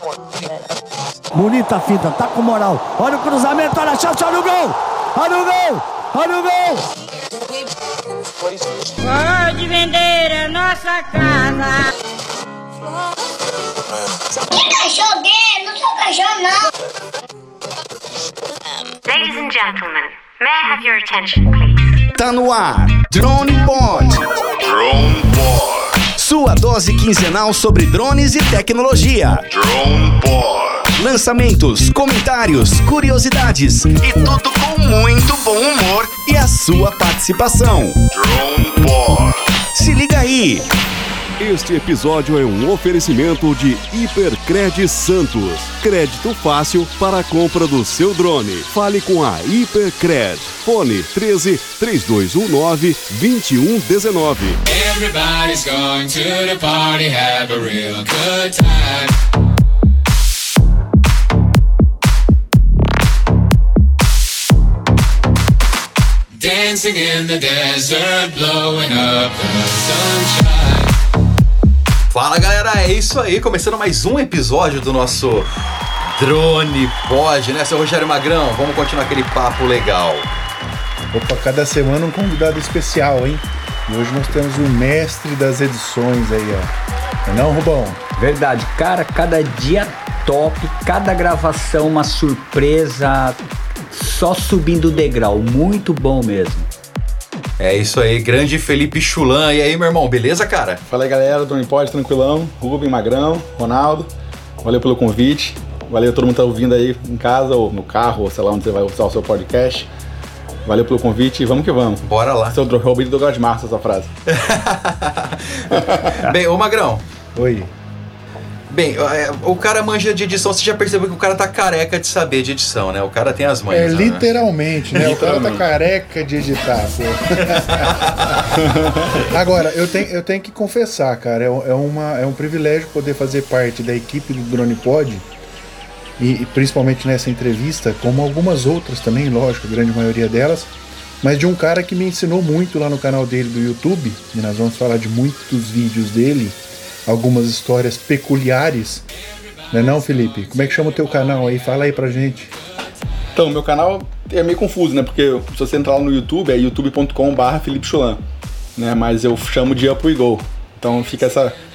Bonita fita, tá com moral. Olha o cruzamento, olha a chance, olha o gol! Olha o gol! Olha o gol! Pode vender a nossa casa. Que cachorro dele? Não sou cachorro, não. Ladies and gentlemen, may I have your attention, please? Tá no ar, Drone Pod. Drone Pod. Sua dose quinzenal sobre drones e tecnologia. Drone Pod. Lançamentos, comentários, curiosidades e tudo com muito bom humor e a sua participação. Drone Pod. Se liga aí! Este episódio é um oferecimento de Hipercred Santos. Crédito fácil para a compra do seu drone. Fale com a Hipercred. Fone 13 3219 2119. Everybody's going to the party, have a real good time. Dancing in the desert, blowing up the sunshine. Fala galera, é isso aí, começando mais um episódio do nosso Drone Pod, né, seu Rogério Magrão? Vamos continuar aquele papo legal. Opa, cada semana um convidado especial, hein? E hoje nós temos o mestre das edições aí, ó. Não, Rubão? Verdade, cara, cada dia top, cada gravação uma surpresa, só subindo o degrau, muito bom mesmo. É isso aí, grande Felipe Chulan. E aí, meu irmão, beleza, cara? Fala aí, galera, Drone Pod, tranquilão. Rubem, Magrão, Ronaldo, valeu pelo convite. Valeu todo mundo que tá ouvindo aí em casa, ou no carro, ou sei lá onde você vai usar o seu podcast. Valeu pelo convite e vamos que vamos. Bora lá. Seu Roubei do Douglas Martins, essa frase. Bem, ô Magrão. Oi. Bem, o cara manja de edição, você já percebeu que o cara tá careca de saber de edição, né? O cara tem as manhas. Literalmente, né? O cara tá careca de editar, pô. Agora, eu tenho que confessar, cara, é um privilégio poder fazer parte da equipe do Drone Pod e principalmente nessa entrevista, como algumas outras também, lógico, a grande maioria delas, mas de um cara que me ensinou muito lá no canal dele do YouTube, e nós vamos falar de muitos vídeos dele, algumas histórias peculiares, né não, Felipe? Como é que chama o teu canal aí? Fala aí pra gente. Então, meu canal é meio confuso, né? Porque se você entrar lá no YouTube, é youtube.com/Felipe Chulan, né? Mas eu chamo de Up We Go. Então fica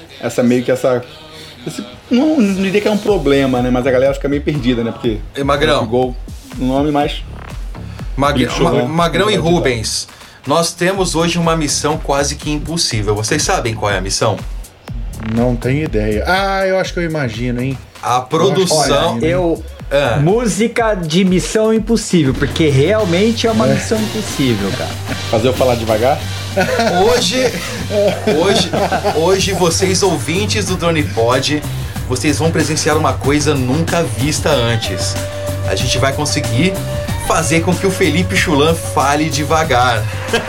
não diria que é um problema, né? Mas a galera fica meio perdida, né? Porque Magrão. Up We Go, o nome mais... Magrão e Rubens, nós temos hoje uma missão quase que impossível. Vocês sabem qual é a missão? Não tenho ideia. Eu acho que eu imagino, hein? A produção... Música de Missão Impossível, porque realmente é uma missão impossível, cara. Fazer eu falar devagar? Hoje vocês ouvintes do Drone Pod, vocês vão presenciar uma coisa nunca vista antes. A gente vai conseguir fazer com que o Felipe Chulan fale devagar.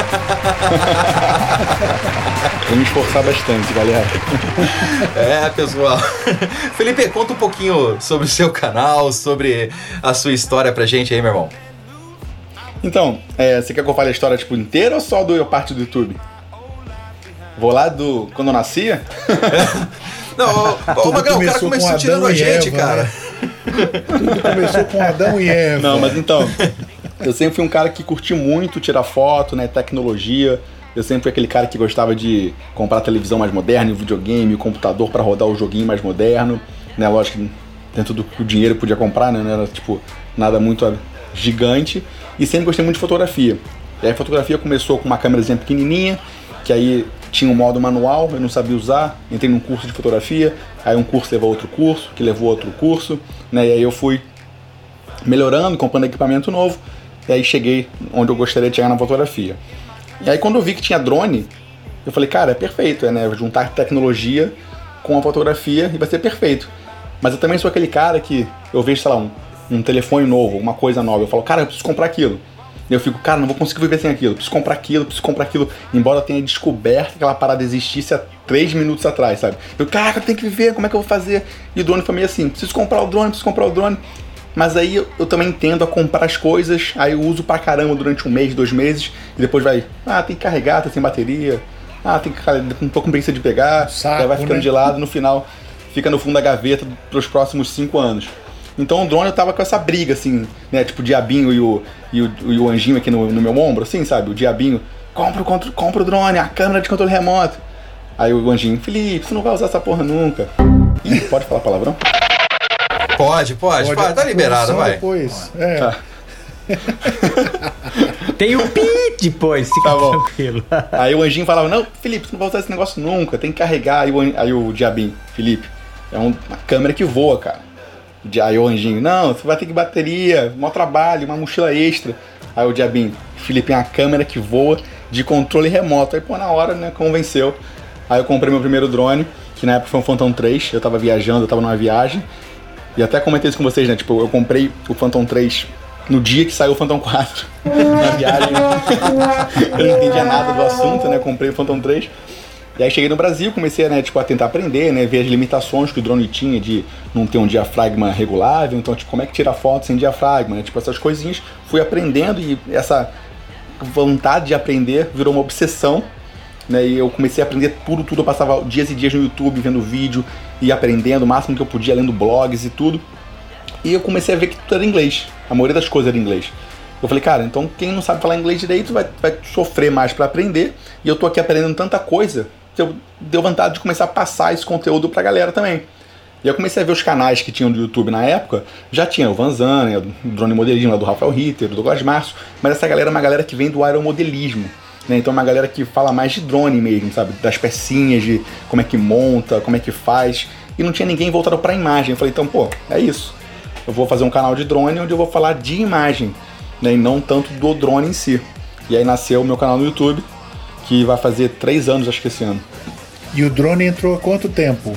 Vou me esforçar bastante, galera. Pessoal. Felipe, conta um pouquinho sobre o seu canal, sobre a sua história pra gente aí, meu irmão. Então, você quer que eu fale a história tipo inteira ou só da parte do YouTube? Vou lá do quando eu nascia? Não, o Magrão, o cara começou tirando a gente, Eva, cara. Né? Tudo começou com Adão e Eva. Não, mas então, eu sempre fui um cara que curti muito tirar foto, né, tecnologia. Eu sempre fui aquele cara que gostava de comprar televisão mais moderna, videogame, computador para rodar o joguinho mais moderno, né? Lógico que dentro do que o dinheiro podia comprar, né? Não era tipo nada muito gigante. E sempre gostei muito de fotografia. E aí a fotografia começou com uma câmerazinha pequenininha, que aí tinha um modo manual, eu não sabia usar, entrei num curso de fotografia, aí um curso levou a outro curso, que levou a outro curso, né? E aí eu fui melhorando, comprando equipamento novo, e aí cheguei onde eu gostaria de chegar na fotografia. E aí quando eu vi que tinha drone, eu falei, cara, é perfeito, né? Juntar tecnologia com a fotografia e vai ser perfeito. Mas eu também sou aquele cara que eu vejo, sei lá, um telefone novo, uma coisa nova, eu falo, cara, eu preciso comprar aquilo. E eu fico, cara, não vou conseguir viver sem aquilo, preciso comprar aquilo, embora eu tenha descoberto que aquela parada existisse há 3 minutos atrás, sabe? Eu, caraca, eu tenho que viver, como é que eu vou fazer? E o drone foi meio assim, preciso comprar o drone. Mas aí eu também tendo a comprar as coisas, aí eu uso pra caramba durante 1 mês, 2 meses, e depois vai, tem que carregar, tá sem bateria, tem que um pouco com preguiça de pegar, saco, aí vai ficando, né, de lado, no final fica no fundo da gaveta pros próximos 5 anos. Então o drone eu tava com essa briga, assim, né? Tipo o diabinho e o anjinho aqui no meu ombro, assim, sabe? O diabinho, compra o drone, a câmera de controle remoto. Aí o anjinho, Felipe, você não vai usar essa porra nunca. Ih, pode falar palavrão? Pode, tá liberado, vai. Depois. Tá. Tem o pi depois, fica tranquilo. Aí o anjinho falava, não, Felipe, você não vai usar esse negócio nunca, tem que carregar. Aí o diabinho, Felipe, é uma câmera que voa, cara. Aí o anjinho, não, você vai ter que bateria, maior trabalho, uma mochila extra. Aí o diabinho, Felipe, é uma câmera que voa de controle remoto. Aí, pô, na hora, né, convenceu. Aí eu comprei meu primeiro drone, que na época foi um Phantom 3, eu tava viajando, eu tava numa viagem. E até comentei isso com vocês, né, tipo, eu comprei o Phantom 3 no dia que saiu o Phantom 4. Na viagem, eu não entendia nada do assunto, né, comprei o Phantom 3. E aí cheguei no Brasil, comecei, né, tipo, a tentar aprender, né, ver as limitações que o drone tinha de não ter um diafragma regulável, então, tipo, como é que tira foto sem diafragma, né, tipo, essas coisinhas. Fui aprendendo e essa vontade de aprender virou uma obsessão, né, e eu comecei a aprender tudo, eu passava dias e dias no YouTube vendo vídeo e aprendendo o máximo que eu podia, lendo blogs e tudo. E eu comecei a ver que tudo era inglês, a maioria das coisas era inglês. Eu falei, cara, então quem não sabe falar inglês direito vai sofrer mais pra aprender, e eu tô aqui aprendendo tanta coisa que eu deu vontade de começar a passar esse conteúdo pra galera também. E eu comecei a ver os canais que tinham do YouTube na época, já tinha o Vanzan, né, o drone modelismo lá do Rafael Ritter, do Douglas Março, mas essa galera é uma galera que vem do aeromodelismo, né, então é uma galera que fala mais de drone mesmo, sabe, das pecinhas, de como é que monta, como é que faz, e não tinha ninguém voltado pra imagem. Eu falei, então, pô, é isso, eu vou fazer um canal de drone onde eu vou falar de imagem, né, e não tanto do drone em si. E aí nasceu o meu canal no YouTube, que vai fazer 3 anos, acho que esse ano. E o drone entrou há quanto tempo?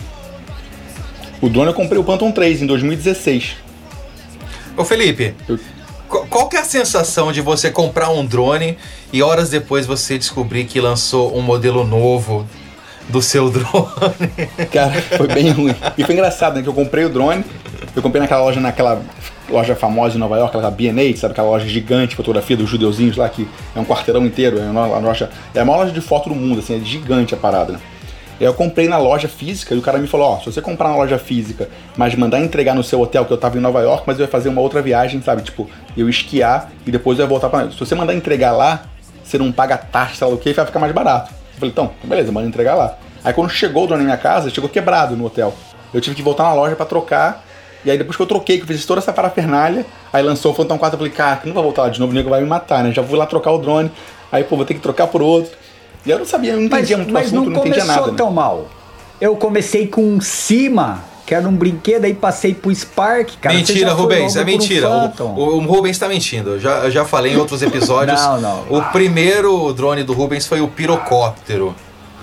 O drone eu comprei o Phantom 3 em 2016. Ô Felipe, qual que é a sensação de você comprar um drone e horas depois você descobrir que lançou um modelo novo do seu drone? Cara, foi bem ruim. E foi engraçado, né, que eu comprei o drone, eu comprei naquela loja famosa em Nova York, aquela B&A, sabe, aquela loja gigante de fotografia dos judeuzinhos lá, que é um quarteirão inteiro, é a maior loja de foto do mundo, assim, é gigante a parada, né? E aí eu comprei na loja física e o cara me falou, ó, se você comprar na loja física, mas mandar entregar no seu hotel, que eu tava em Nova York, mas eu ia fazer uma outra viagem, sabe, tipo, eu esquiar e depois eu ia voltar pra... Se você mandar entregar lá, você não paga taxa, sei lá o que, vai ficar mais barato. Eu falei, então, beleza, manda entregar lá. Aí quando chegou o drone na minha casa, chegou quebrado no hotel. Eu tive que voltar na loja pra trocar. E aí depois que eu troquei, que eu fiz toda essa parafernália, aí lançou o Phantom 4, eu falei, cara, que não vai voltar lá de novo, o nego vai me matar, né? Já vou lá trocar o drone, aí, pô, vou ter que trocar por outro. E eu não sabia, eu não entendia muito o assunto, não entendia nada. Mas não começou tão mal. Eu comecei com um Cima, que era um brinquedo, aí passei pro Spark, cara. Mentira, Rubens, é mentira. O Rubens tá mentindo. Eu já falei em outros episódios. Não. O primeiro drone do Rubens foi o pirocóptero.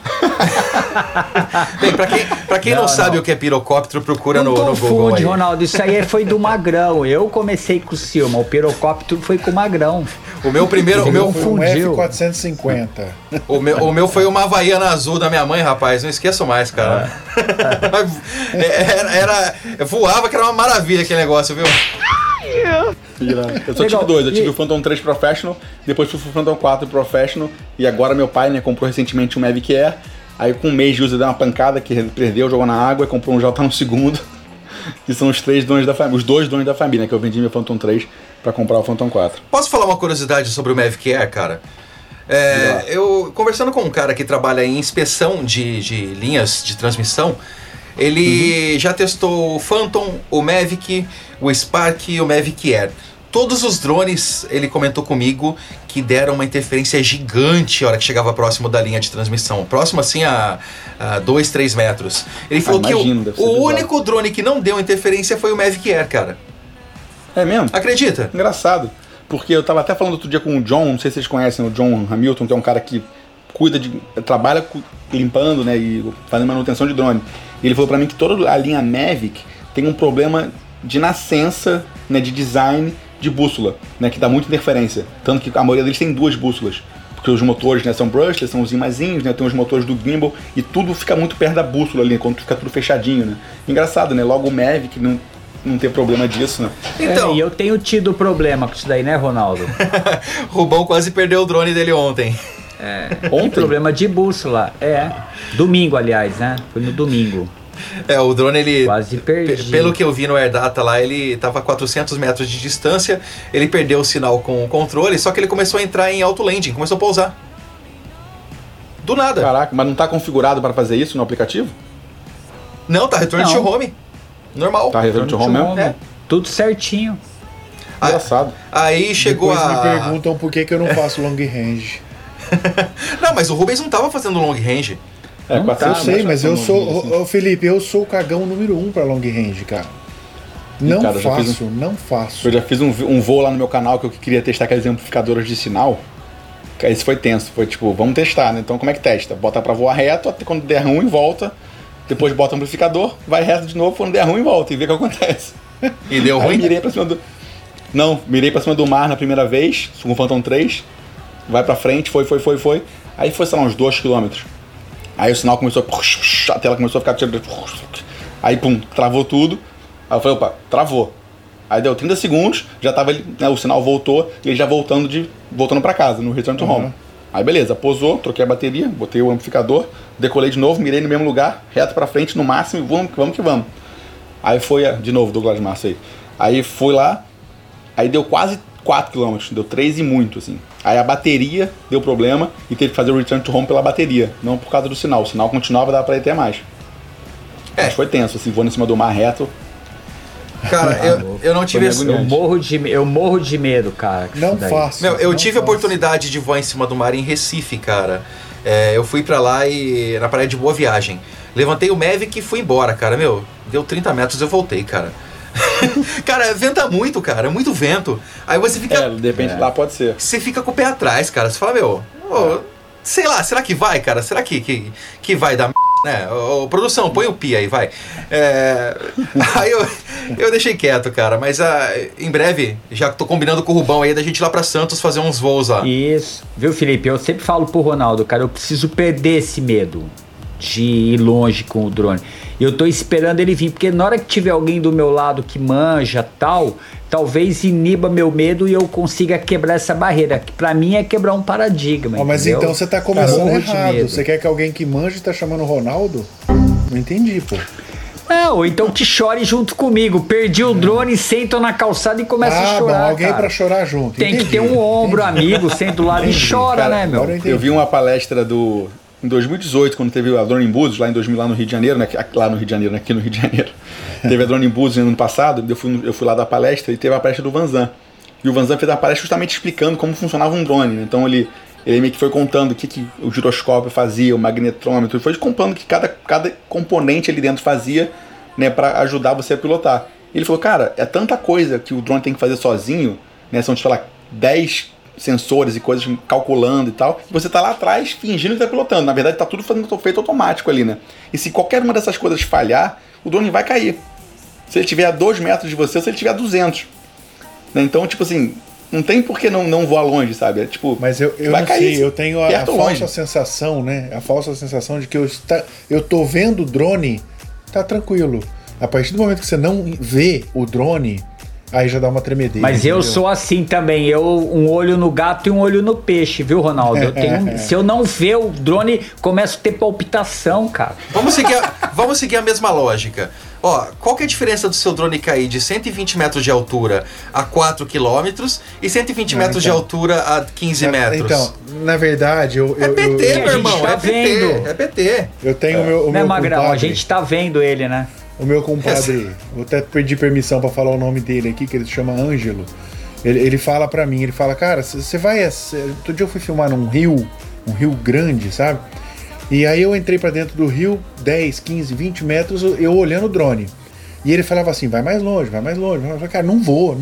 Bem, pra quem não sabe o que é pirocóptero, procura no Google. Confunde, Ronaldo, isso aí foi do Magrão. Eu comecei com o Silma, o pirocóptero foi com o Magrão. O meu primeiro. Foi um F450. O meu foi uma Havaiana azul da minha mãe, rapaz. Não esqueço mais, cara. Voava, que era uma maravilha aquele negócio, viu? Eu só tive 2, eu tive o Phantom 3 Professional, depois fui pro Phantom 4 Professional, e agora meu pai, né, comprou recentemente um Mavic Air, aí com um mês de uso deu uma pancada, que ele perdeu, jogou na água, comprou um já tá no segundo, que são os 3 donos da família, os 2 donos da família, né, que eu vendi meu Phantom 3 pra comprar o Phantom 4. Posso falar uma curiosidade sobre o Mavic Air, cara? Eu, conversando com um cara que trabalha em inspeção de linhas de transmissão, ele já testou o Phantom, o Mavic, o Spark e o Mavic Air. Todos os drones, ele comentou comigo, que deram uma interferência gigante a hora que chegava próximo da linha de transmissão. Próximo assim a 2, 3 metros. Ele falou que o único drone que não deu interferência foi o Mavic Air, cara. É mesmo? Acredita? Engraçado. Porque eu tava até falando outro dia com o John, não sei se vocês conhecem o John Hamilton, que é um cara que trabalha limpando, né, e fazendo manutenção de drone. E ele falou pra mim que toda a linha Mavic tem um problema de nascença, né, de design de bússola, né, que dá muita interferência. Tanto que a maioria deles tem 2 bússolas. Porque os motores, né, são brushless, são os imazinhos, né, tem os motores do gimbal, e tudo fica muito perto da bússola ali, quando fica tudo fechadinho, né. Engraçado, né, logo o Mavic não ter problema disso, né. Então, e eu tenho tido problema com isso daí, né, Ronaldo? Rubão quase perdeu o drone dele ontem. Ontem? Problema de bússola, domingo, aliás, né, foi no domingo. O drone, ele... Quase perdi. Pelo que eu vi no AirData lá, ele tava a 400 metros de distância, ele perdeu o sinal com o controle, só que ele começou a entrar em auto landing, começou a pousar. Do nada. Caraca, mas não tá configurado para fazer isso no aplicativo? Não, tá return to home. Normal. Tá return to home mesmo? É. Tudo certinho. Engraçado. Aí chegou Depois me perguntam por que eu não faço long range. Não, mas o Rubens não tava fazendo long range. Eu sei, mas eu sou... Felipe, eu sou o cagão número 1 pra long range, cara. Não faço. Eu já fiz um voo lá no meu canal que eu queria testar aqueles amplificadores de sinal. Esse foi tenso. Foi tipo, vamos testar, né? Então como é que testa? Bota pra voar reto, até quando der ruim, volta. Depois bota o amplificador, vai reto de novo, quando der ruim, volta e vê o que acontece. E deu ruim? Mirei pra cima do... Não, mirei pra cima do mar na primeira vez, com o Phantom 3. Vai pra frente, foi. Aí foi, sei lá, uns 2 km. Aí o sinal começou a tela começou a ficar... Aí, pum, travou tudo. Aí eu falei, opa, travou. Aí deu 30 segundos, já tava ele, né, o sinal voltou, e ele já voltando pra casa, no return to home. Aí beleza, pousou, troquei a bateria, botei o amplificador, decolei de novo, mirei no mesmo lugar, reto pra frente, no máximo, e vamos que vamos. Aí foi, de novo, Douglas Massa aí. Aí fui lá, aí deu quase 4 km, deu 3 e muito, assim. Aí a bateria deu problema e teve que fazer o return to home pela bateria, não por causa do sinal. O sinal continuava, dava pra ir até mais. Mas foi tenso, assim, voando em cima do mar reto. Cara, eu não tive esse... Eu morro de medo, cara. Não faço. Eu tive a oportunidade de voar em cima do mar em Recife, cara. Eu fui pra lá e na praia de Boa Viagem. Levantei o Mavic e fui embora, cara. Deu 30 metros e eu voltei, cara. Cara, venta muito, cara. Muito vento. Aí você fica... depende lá, pode ser. Você fica com o pé atrás, cara. Você fala, sei lá, será que vai, cara? Será que vai dar né? Produção, põe o pi aí, vai. Aí eu deixei quieto, cara. Mas em breve, já tô combinando com o Rubão aí da gente ir lá pra Santos fazer uns voos lá. Isso. Viu, Felipe? Eu sempre falo pro Ronaldo, cara, eu preciso perder esse medo de ir longe com o drone. Eu tô esperando ele vir, porque na hora que tiver alguém do meu lado que manja tal, talvez iniba meu medo e eu consiga quebrar essa barreira, que pra mim é quebrar um paradigma. Mas então você tá começando errado. Você quer que alguém que manja tá chamando o Ronaldo? Não entendi, pô. Não, então que chore junto comigo. Perdi o drone, sento na calçada e começa a chorar. Bom, alguém cara. Pra chorar junto. Tem que ter um ombro amigo, senta do lado e chora, cara, né, meu? Eu vi uma palestra em 2018, quando teve a Drone in Búzios, lá no Rio de Janeiro, né? Lá no Rio de Janeiro, aqui no Rio de Janeiro. Teve a Drone in Búzios no ano passado, eu fui lá dar palestra e teve a palestra do Vanzan. E o Vanzan fez a palestra justamente explicando como funcionava um drone, né? Então ele meio que foi contando o que o giroscópio fazia, o magnetrômetro, ele foi contando o que cada componente ali dentro fazia, né, para ajudar você a pilotar. E ele falou, cara, é tanta coisa que o drone tem que fazer sozinho, né? São, sei lá, 10 sensores e coisas calculando e tal, e você tá lá atrás fingindo que tá pilotando. Na verdade tá tudo feito automático ali, né? E se qualquer uma dessas coisas falhar, o drone vai cair. Se ele estiver a 2 metros de você ou se ele estiver a 200. Né? Então, tipo assim, não tem por que não voar longe, sabe? É, tipo, mas eu vai não cair, sei, eu tenho a falsa sensação, né? A falsa sensação de que eu tô vendo o drone, tá tranquilo. A partir do momento que você não vê o drone, aí já dá uma tremedeira. Mas eu sou assim também, um olho no gato e um olho no peixe, viu, Ronaldo? Se eu não ver o drone, começo a ter palpitação, cara. Vamos seguir a mesma lógica. Ó, qual que é a diferença do seu drone cair de 120 metros de altura a 4 km e 120 metros de altura a 15 metros? Então, na verdade, é PT, meu irmão, tá vendo. É PT. Eu tenho o meu Magrão, compadre, a gente tá vendo ele, né? O meu compadre, vou até pedir permissão pra falar o nome dele aqui, que ele se chama Ângelo. Ele fala pra mim, ele fala, cara, você vai... Outro dia eu fui filmar um rio grande, sabe? E aí eu entrei pra dentro do rio, 10, 15, 20 metros, eu olhando o drone. E ele falava assim, vai mais longe. Eu falei, cara, não vou.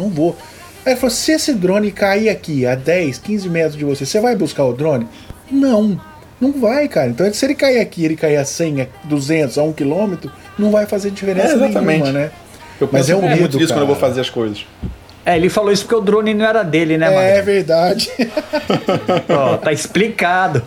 Aí ele falou, se esse drone cair aqui a 10, 15 metros de você vai buscar o drone? Não vai, cara. Então se ele cair aqui, ele cair a 100, a 200, a 1 quilômetro, não vai fazer diferença nenhuma, né? Mas é um medo, disso quando eu vou fazer as coisas. Ele falou isso porque o drone não era dele, né, Magrão? É verdade. Ó, tá explicado.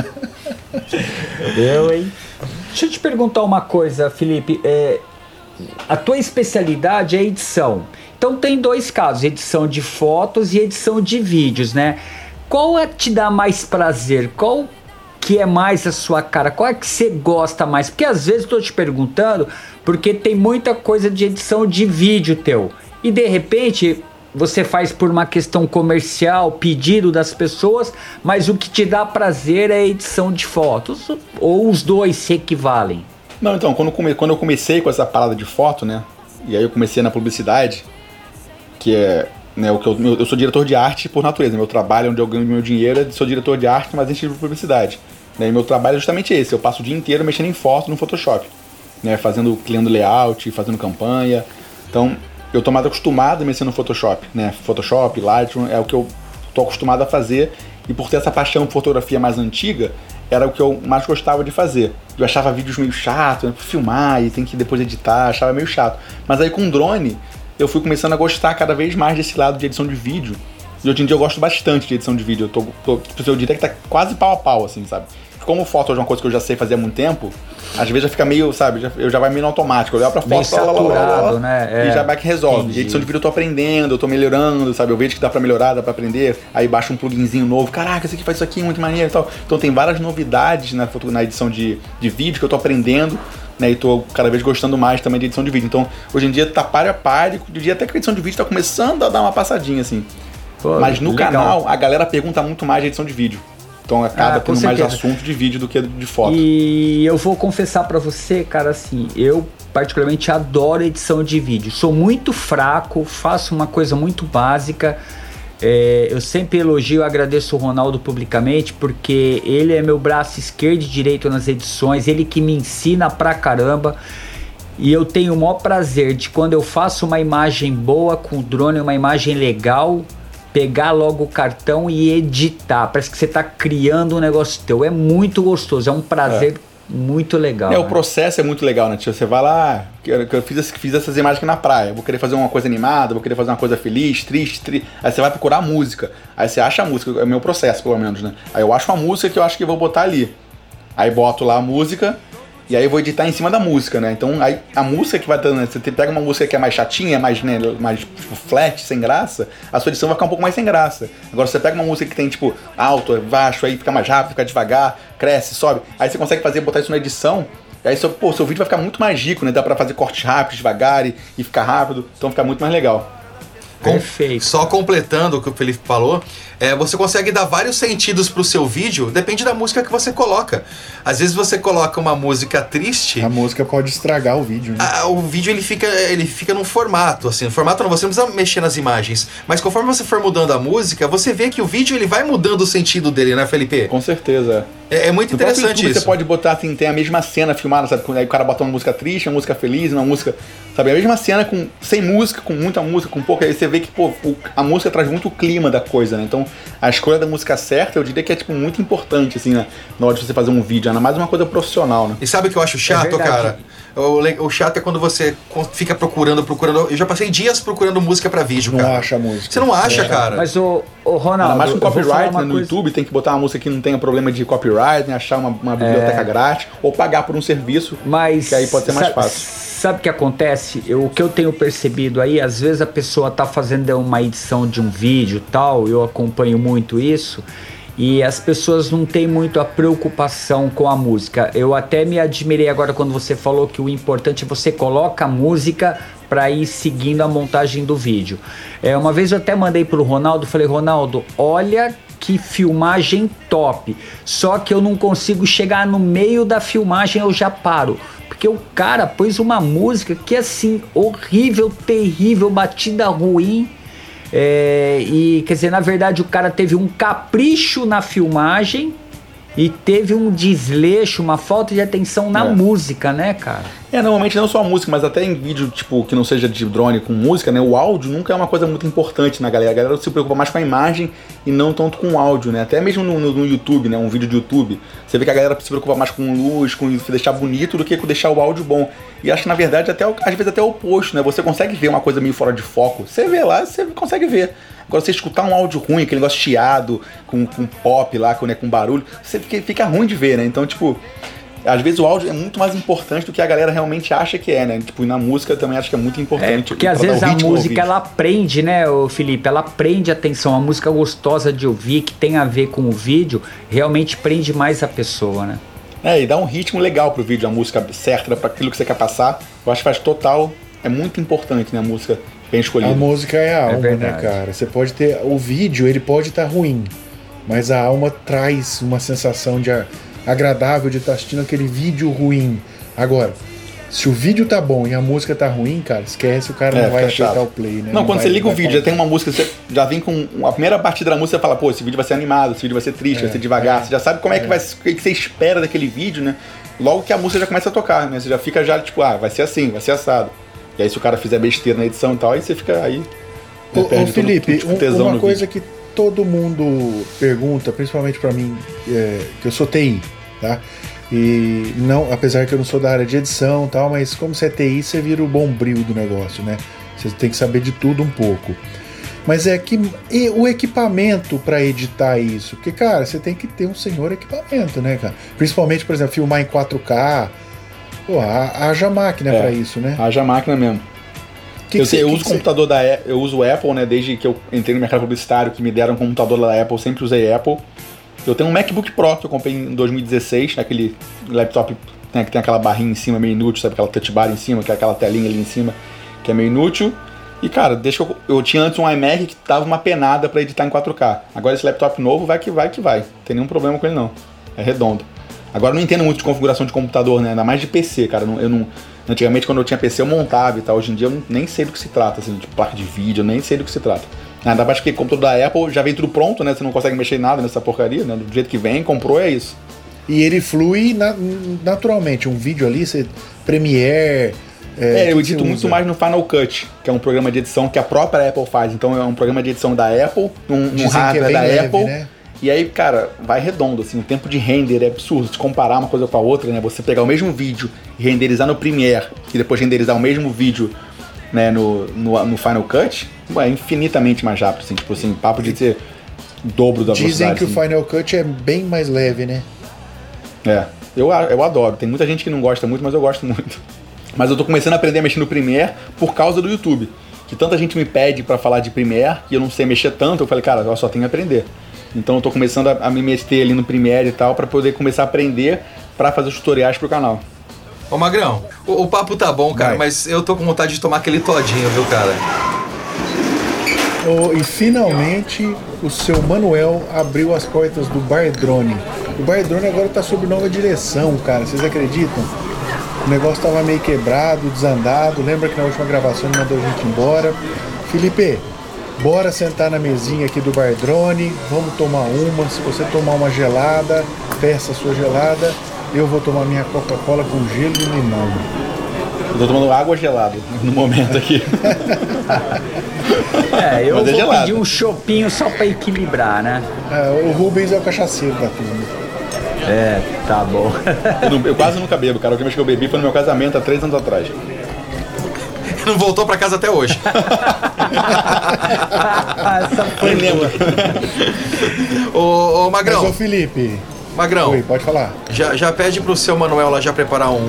Hein? Deixa eu te perguntar uma coisa, Felipe. A tua especialidade é edição. Então tem 2 casos, edição de fotos e edição de vídeos, né? Qual te dá mais prazer? Qual que é mais a sua cara? Qual é que você gosta mais? Porque às vezes eu tô te perguntando, porque tem muita coisa de edição de vídeo teu. E de repente você faz por uma questão comercial, pedido das pessoas, mas o que te dá prazer é a edição de fotos. Ou os dois se equivalem? Não, então, quando eu comecei com essa parada de foto, né? E aí eu comecei na publicidade, que é... Né, eu sou diretor de arte por natureza. Meu trabalho, onde eu ganho meu dinheiro, é sou diretor de arte, mas em estilo de publicidade. Né, e meu trabalho é justamente esse. Eu passo o dia inteiro mexendo em foto no Photoshop. Né, criando layout, fazendo campanha. Então, eu tô mais acostumado a mexer no Photoshop. Né, Photoshop, Lightroom, é o que eu tô acostumado a fazer. E por ter essa paixão por fotografia mais antiga, era o que eu mais gostava de fazer. Eu achava vídeos meio chato, né, filmar e tem que depois editar, achava meio chato. Mas aí com drone, eu fui começando a gostar cada vez mais desse lado de edição de vídeo. E hoje em dia eu gosto bastante de edição de vídeo. Eu diria que tá quase pau a pau, assim, sabe? Como foto é uma coisa que eu já sei fazer há muito tempo, às vezes já fica meio, sabe, eu já vai meio no automático. Eu olho pra foto, meio saturado, né? E já vai que resolve. Entendi. E edição de vídeo eu tô aprendendo, eu tô melhorando, sabe? Eu vejo que dá pra melhorar, dá pra aprender. Aí baixa um pluginzinho novo. Caraca, esse aqui faz isso aqui, muito maneiro e tal. Então tem várias novidades na edição de vídeo que eu tô aprendendo. Né, e tô cada vez gostando mais também de edição de vídeo. Então, hoje em dia tá páreo a páreo. De dia até que a edição de vídeo tá começando a dar uma passadinha, assim. Pô, mas no legal. Canal, a galera pergunta muito mais de edição de vídeo. Então acaba tendo mais assunto de vídeo do que de foto. E eu vou confessar pra você, cara, assim, eu particularmente adoro edição de vídeo. Sou muito fraco, faço uma coisa muito básica. Eu sempre elogio e agradeço o Ronaldo publicamente, porque ele é meu braço esquerdo e direito nas edições, ele que me ensina pra caramba. E eu tenho o maior prazer de, quando eu faço uma imagem boa com o drone, uma imagem legal, pegar logo o cartão e editar. Parece que você tá criando um negócio teu. É muito gostoso, é um prazer muito legal. O processo é muito legal, né? Você vai lá, eu fiz essas imagens aqui na praia, vou querer fazer uma coisa animada, vou querer fazer uma coisa feliz, triste. Aí você vai procurar música, aí você acha a música, é o meu processo pelo menos, né? Aí eu acho uma música que eu acho que eu vou botar ali. Aí boto lá a música, e aí eu vou editar em cima da música, né? Então aí a música que vai dando, né? Você pega uma música que é mais chatinha, mais tipo, flat, sem graça, a sua edição vai ficar um pouco mais sem graça. Agora você pega uma música que tem tipo alto, baixo, aí fica mais rápido, fica devagar, cresce, sobe, aí você consegue botar isso na edição, e aí seu vídeo vai ficar muito mais rico, né? Dá pra fazer cortes rápidos, devagar e ficar rápido, então fica muito mais legal. Perfeito. Só completando o que o Felipe falou, você consegue dar vários sentidos pro seu vídeo, depende da música que você coloca. Às vezes você coloca uma música triste, a música pode estragar o vídeo, né? O vídeo ele fica num formato, assim, no formato não, você não precisa mexer nas imagens, mas conforme você for mudando a música, você vê que o vídeo ele vai mudando o sentido dele, né, Felipe? Com certeza. É muito interessante YouTube, isso. Você pode botar, assim, tem a mesma cena filmada, sabe? Aí o cara bota uma música triste, uma música feliz, uma música, sabe? A mesma cena sem música, com muita música, com pouca, aí você vê que, a música traz muito o clima da coisa, né? Então, a escolha da música certa, eu diria que é, tipo, muito importante, assim, né? Na hora de você fazer um vídeo, ainda mais uma coisa profissional, né? E sabe o que eu acho chato, cara? O chato é quando você fica procurando. Eu já passei dias procurando música pra vídeo, cara. Não acha música. Você não acha, cara? Mas o Ronaldo, ainda mais com copyright, né? No coisa... YouTube tem que botar uma música que não tenha problema de copyright, né? Achar uma biblioteca grátis, ou pagar por um serviço, que aí pode ser mais fácil. Sabe o que acontece? O que eu tenho percebido aí, às vezes a pessoa tá fazendo uma edição de um vídeo e tal, eu acompanho muito isso, e as pessoas não têm muito a preocupação com a música. Eu até me admirei agora quando você falou que o importante é você coloca a música para ir seguindo a montagem do vídeo. Uma vez eu até mandei pro Ronaldo, falei, Ronaldo, olha que filmagem top, só que eu não consigo chegar no meio da filmagem, eu já paro. Porque o cara pôs uma música que é assim, horrível, terrível, batida ruim. E quer dizer, na verdade o cara teve um capricho na filmagem e teve um desleixo, uma falta de atenção na música, né, cara? Normalmente não só a música, mas até em vídeo, tipo, que não seja de drone com música, né? O áudio nunca é uma coisa muito importante na galera. A galera se preocupa mais com a imagem e não tanto com o áudio, né? Até mesmo no YouTube, né? Um vídeo de YouTube, você vê que a galera se preocupa mais com luz, com deixar bonito do que com deixar o áudio bom. E acho que, na verdade, às vezes até o oposto, né? Você consegue ver uma coisa meio fora de foco. Você vê lá, você consegue ver. Agora, você escutar um áudio ruim, aquele negócio chiado, com pop lá, com barulho, você fica ruim de ver, né? Então, tipo... Às vezes o áudio é muito mais importante do que a galera realmente acha que é, né? Tipo, na música eu também acho que é muito importante. Porque às vezes a música, ela prende, né, ô Felipe? Ela prende a atenção. A música gostosa de ouvir, que tem a ver com o vídeo, realmente prende mais a pessoa, né? E dá um ritmo legal pro vídeo, a música certa para aquilo que você quer passar. Eu acho que faz total, é muito importante, né, a música bem escolhida. A música é a alma, né, cara? Você pode ter, o vídeo, ele pode estar ruim, mas a alma traz uma sensação de agradável de estar assistindo aquele vídeo ruim. Agora, se o vídeo tá bom e a música tá ruim, cara, esquece, o cara não vai acertar o play, né? Não, quando você liga o vídeo, já tem uma música, você já vem com a primeira batida da música, você fala, pô, esse vídeo vai ser animado, esse vídeo vai ser triste, vai ser devagar, você já sabe como é que vai, o que você espera daquele vídeo, né? Logo que a música já começa a tocar, né? Você já fica já, tipo, vai ser assim, vai ser assado. E aí se o cara fizer besteira na edição e tal, aí você fica aí... Ô Felipe, uma coisa que todo mundo pergunta, principalmente pra mim, que eu sou TI, tá? E não, apesar que eu não sou da área de edição e tal, mas como você é TI, você vira o bombril do negócio, né? Você tem que saber de tudo um pouco. Mas e o equipamento para editar isso? Porque, cara, você tem que ter um senhor equipamento, né, cara? Principalmente, por exemplo, filmar em 4K. Pô, haja máquina para isso, né? Haja máquina mesmo. Eu uso computador eu uso o Apple, né? Desde que eu entrei no mercado publicitário, que me deram um computador da Apple, eu sempre usei Apple. Eu tenho um MacBook Pro que eu comprei em 2016, aquele laptop, né, que tem aquela barrinha em cima meio inútil, sabe? Aquela touch bar em cima, que é aquela telinha ali em cima, que é meio inútil. E, cara, desde que eu tinha antes um iMac que dava uma penada pra editar em 4K. Agora esse laptop novo vai que vai. Não tem nenhum problema com ele, não. É redondo. Agora eu não entendo muito de configuração de computador, né? Ainda mais de PC, cara. Antigamente, quando eu tinha PC, eu montava e tal. Hoje em dia, eu nem sei do que se trata, assim, de placa de vídeo, eu nem sei do que se trata. Ainda mais que o computador da Apple já vem tudo pronto, né? Você não consegue mexer em nada nessa porcaria, né? Do jeito que vem, comprou, é isso. E ele flui naturalmente. Um vídeo ali, você Premiere... eu edito muito mais no Final Cut, que é um programa de edição que a própria Apple faz. Então é um programa de edição da Apple, num hardware da leve, Apple. Né? E aí, cara, vai redondo, assim, o tempo de render é absurdo. Se comparar uma coisa com a outra, né? Você pegar o mesmo vídeo e renderizar no Premiere e depois renderizar o mesmo vídeo, né, no Final Cut, é infinitamente mais rápido, assim, tipo assim, papo de ser o dobro da velocidade. Dizem que assim. O Final Cut é bem mais leve, né? Eu adoro. Tem muita gente que não gosta muito, mas eu gosto muito. Mas eu tô começando a aprender a mexer no Premiere por causa do YouTube. Que tanta gente me pede pra falar de Premiere e eu não sei mexer tanto. Eu falei, cara, eu só tenho que aprender. Então eu tô começando a me meter ali no Premiere e tal pra poder começar a aprender pra fazer os tutoriais pro canal. Ô Magrão, o papo tá bom, cara, mas eu tô com vontade de tomar aquele todinho, viu, cara? E finalmente o seu Manuel abriu as portas do Bar Drone. O Bar Drone agora tá sob nova direção, cara. Vocês acreditam? O negócio tava meio quebrado, desandado. Lembra que na última gravação ele mandou a gente embora. Felipe, bora sentar na mesinha aqui do Bar Drone. Vamos tomar uma. Se você tomar uma gelada, peça a sua gelada. Eu vou tomar minha Coca-Cola com gelo e limão. Eu tô tomando água gelada no momento aqui. Eu vou pedir um chopinho só pra equilibrar, né? O Rubens é o cachaceiro da turma. Tá bom. Eu quase nunca bebo, cara. A última vez que eu bebi foi no meu casamento há 3 anos atrás. Não voltou pra casa até hoje. Essa foi boa. Ô Magrão. Mas, ô Felipe. Magrão. Oi, pode falar. Já pede pro seu Manuel lá já preparar um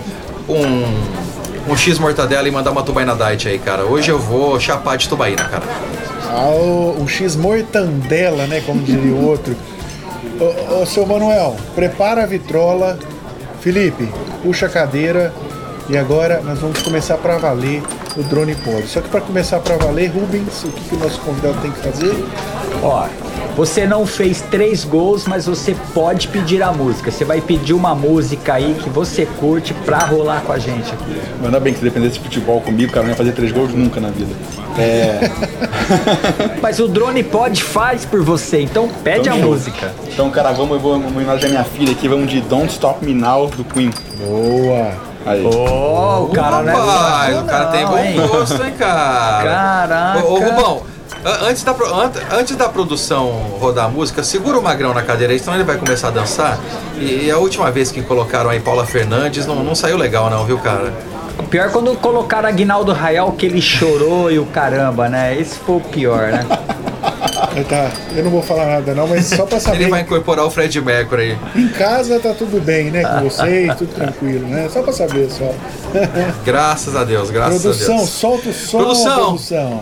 X mortadela e mandar uma tubaína diet aí, cara. Hoje eu vou chapar de tubaína, cara. Um X mortandela, né? Como diria o outro. Ô, seu Manuel, prepara a vitrola. Felipe, puxa a cadeira. E agora nós vamos começar pra valer o Drone Pod. Só que pra começar pra valer, Rubens, o que o nosso convidado tem que fazer? Ó, você não fez 3 gols, mas você pode pedir a música. Você vai pedir uma música aí que você curte pra rolar com a gente aqui. Mas ainda bem que se dependesse de futebol comigo, cara, não ia fazer 3 gols nunca na vida. Mas o Drone Pod faz por você, então pede a música. Então, cara, eu vou homenagear minha filha aqui, vamos de Don't Stop Me Now, do Queen. Boa! Aí. O cara não é rapaz, o cara tem bom gosto, hein, cara? Caraca! Ô, Rubão, antes da produção rodar a música, segura o Magrão na cadeira aí, senão ele vai começar a dançar. E a última vez que colocaram aí Paula Fernandes, não saiu legal não, viu, cara? O pior é quando colocaram Aguinaldo Rayal, que ele chorou e o caramba, né? Esse foi o pior, né? Tá, eu não vou falar nada não, mas só pra saber. Ele vai incorporar o Fred Mercury aí. Em casa tá tudo bem, né? Com vocês, tudo tranquilo, né? Só pra saber, só. Graças a Deus, graças produção, a Deus. Solta o som, produção.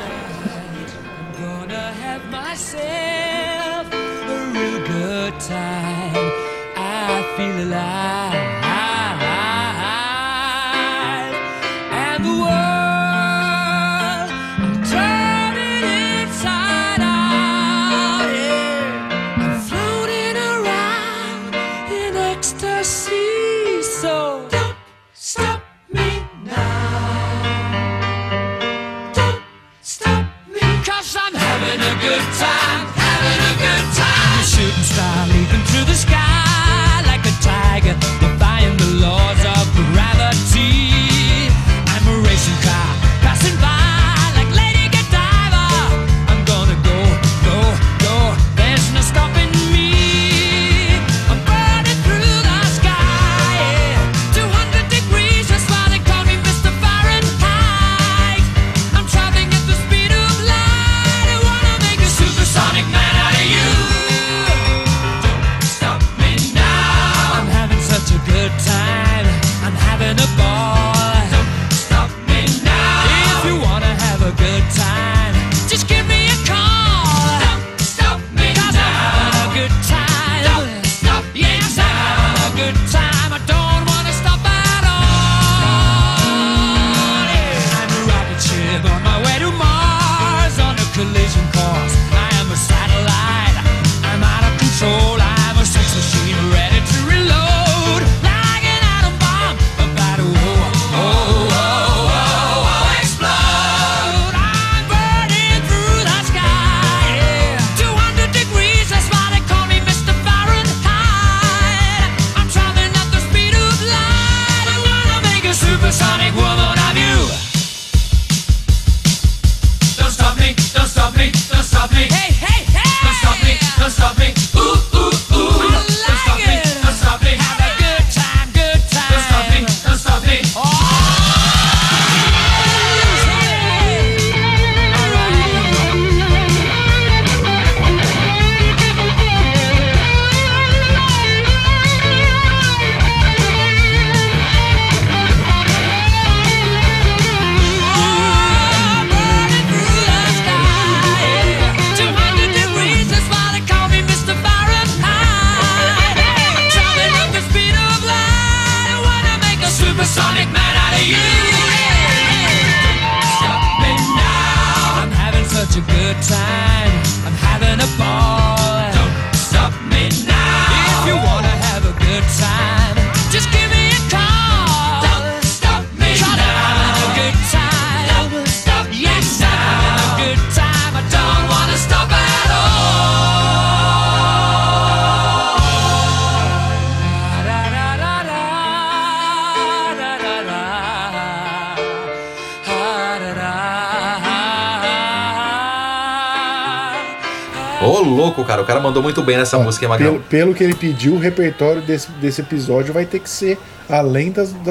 Ô, louco, cara. O cara mandou muito bem nessa música, hein, Magrão? Pelo que ele pediu, o repertório desse episódio vai ter que ser além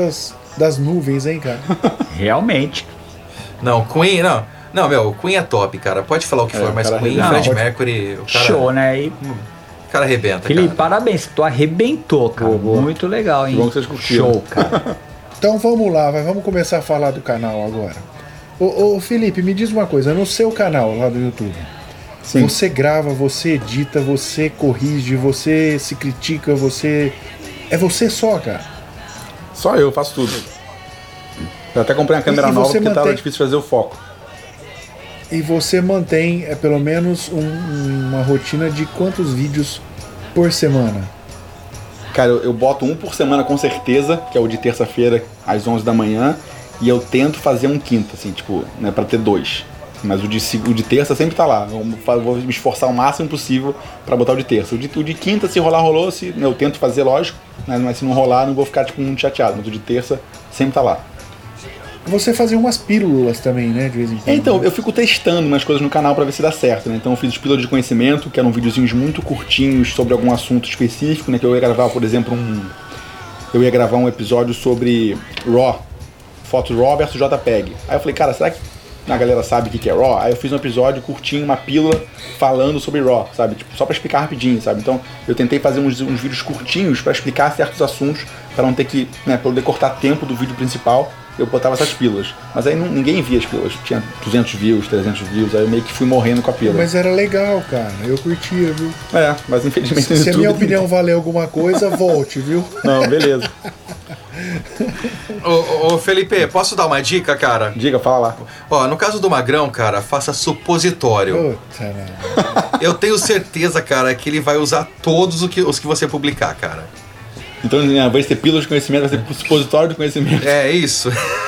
das nuvens, hein, cara? Realmente. Não, Queen, não. Não, meu, Queen é top, cara. Pode falar o que for, mas Queen, Fred Mercury, o cara... Show, né? O cara arrebenta, Felipe, cara. Parabéns, tu arrebentou, cara. Boa. Muito legal, hein? Que bom que vocês curtiram. Show, cara. Então vamos lá, vamos começar a falar do canal agora. Ô Felipe, me diz uma coisa, no seu canal lá do YouTube, sim, você grava, você edita, você corrige, você se critica, você... É você só, cara? Só eu faço tudo. Eu até comprei uma câmera nova porque tava difícil fazer o foco. E você mantém, pelo menos, uma rotina de quantos vídeos por semana? Cara, eu boto um por semana com certeza, que é o de terça-feira às 11 da manhã, e eu tento fazer um quinta, assim, tipo, né, pra ter 2. Mas o de terça sempre tá lá. Eu vou me esforçar o máximo possível pra botar o de terça. O de quinta, se rolar, rolou. Eu tento fazer, lógico, né, mas se não rolar, não vou ficar, tipo, muito chateado. Mas o de terça sempre tá lá. Você fazia umas pílulas também, né, de vez em quando? Então, eu fico testando umas coisas no canal pra ver se dá certo, né? Então eu fiz os pílulas de conhecimento, que eram videozinhos muito curtinhos sobre algum assunto específico, né? Que eu ia gravar, por exemplo, um episódio sobre RAW, foto RAW versus JPEG. Aí eu falei, cara, será que a galera sabe o que é Raw, aí eu fiz um episódio curtinho, uma pílula, falando sobre Raw, sabe? Tipo, só pra explicar rapidinho, sabe? Então, eu tentei fazer uns vídeos curtinhos pra explicar certos assuntos, pra não ter que, né, poder cortar tempo do vídeo principal, eu botava essas pílulas. Mas aí ninguém via as pílulas, tinha 200 views, 300 views, aí eu meio que fui morrendo com a pílula. Mas era legal, cara, eu curtia, viu? É, mas infelizmente... Se a minha opinião valer alguma coisa, volte, viu? Não, beleza. Ô Felipe, posso dar uma dica, cara? Diga, fala lá. Ó, no caso do Magrão, cara, faça supositório. Puta, não. Eu tenho certeza, cara, que ele vai usar todos os que você publicar, cara. Então, ao invés de ter pílulas de conhecimento, vai ser supositório de conhecimento. É isso.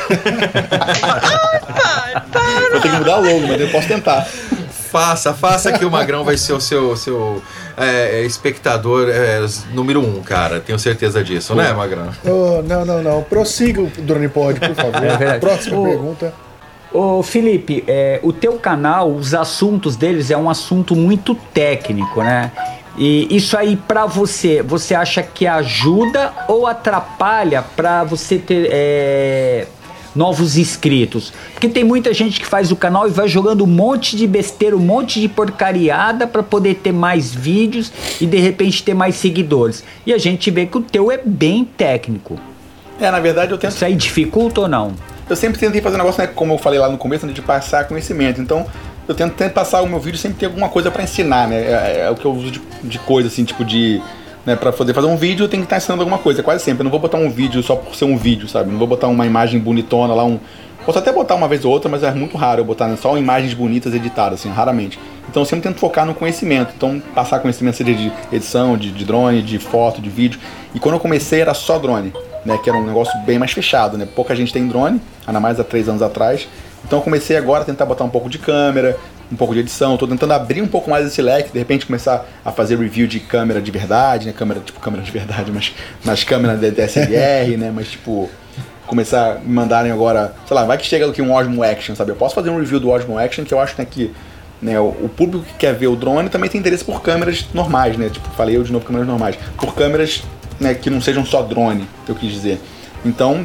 Vou ter que mudar logo, mas eu posso tentar. Faça que o Magrão vai ser o seu espectador número 1, cara. Tenho certeza disso, né, Magrão? Oh, não. Prossiga o DronePod, por favor. Próxima pergunta. Ô Felipe, o teu canal, os assuntos deles é um assunto muito técnico, né? E isso aí pra você acha que ajuda ou atrapalha pra você ter novos inscritos? Porque tem muita gente que faz o canal e vai jogando um monte de besteira, um monte de porcariada pra poder ter mais vídeos e de repente ter mais seguidores. E a gente vê que o teu é bem técnico. Na verdade eu tento... Isso aí dificulta ou não? Eu sempre tentei fazer um negócio, né, como eu falei lá no começo, de passar conhecimento. Então, eu tento passar o meu vídeo sempre ter alguma coisa pra ensinar, né? É o que eu uso de coisa, assim, tipo de... Né, pra poder fazer um vídeo, eu tenho que estar ensinando alguma coisa, quase sempre. Eu não vou botar um vídeo só por ser um vídeo, sabe? Não vou botar uma imagem bonitona lá, Posso até botar uma vez ou outra, mas é muito raro eu botar, né, só imagens bonitas editadas, assim, raramente. Então eu sempre tento focar no conhecimento. Então, passar conhecimento seja de edição, de drone, de foto, de vídeo. E quando eu comecei era só drone, né? Que era um negócio bem mais fechado, né? Pouca gente tem drone, ainda mais há 3 anos atrás. Então eu comecei agora a tentar botar um pouco de câmera, um pouco de edição, tô tentando abrir um pouco mais esse leque, de repente começar a fazer review de câmera de verdade, né? Câmera de verdade, mas câmera de DSLR, né? Mas tipo, começar a me mandarem agora, sei lá, vai que chega aqui um Osmo Action, sabe? Eu posso fazer um review do Osmo Action, que eu acho, né, que, né, o público que quer ver o drone também tem interesse por câmeras normais, né? Tipo, falei eu de novo, câmeras normais. Por câmeras, né, que não sejam só drone, eu quis dizer. Então,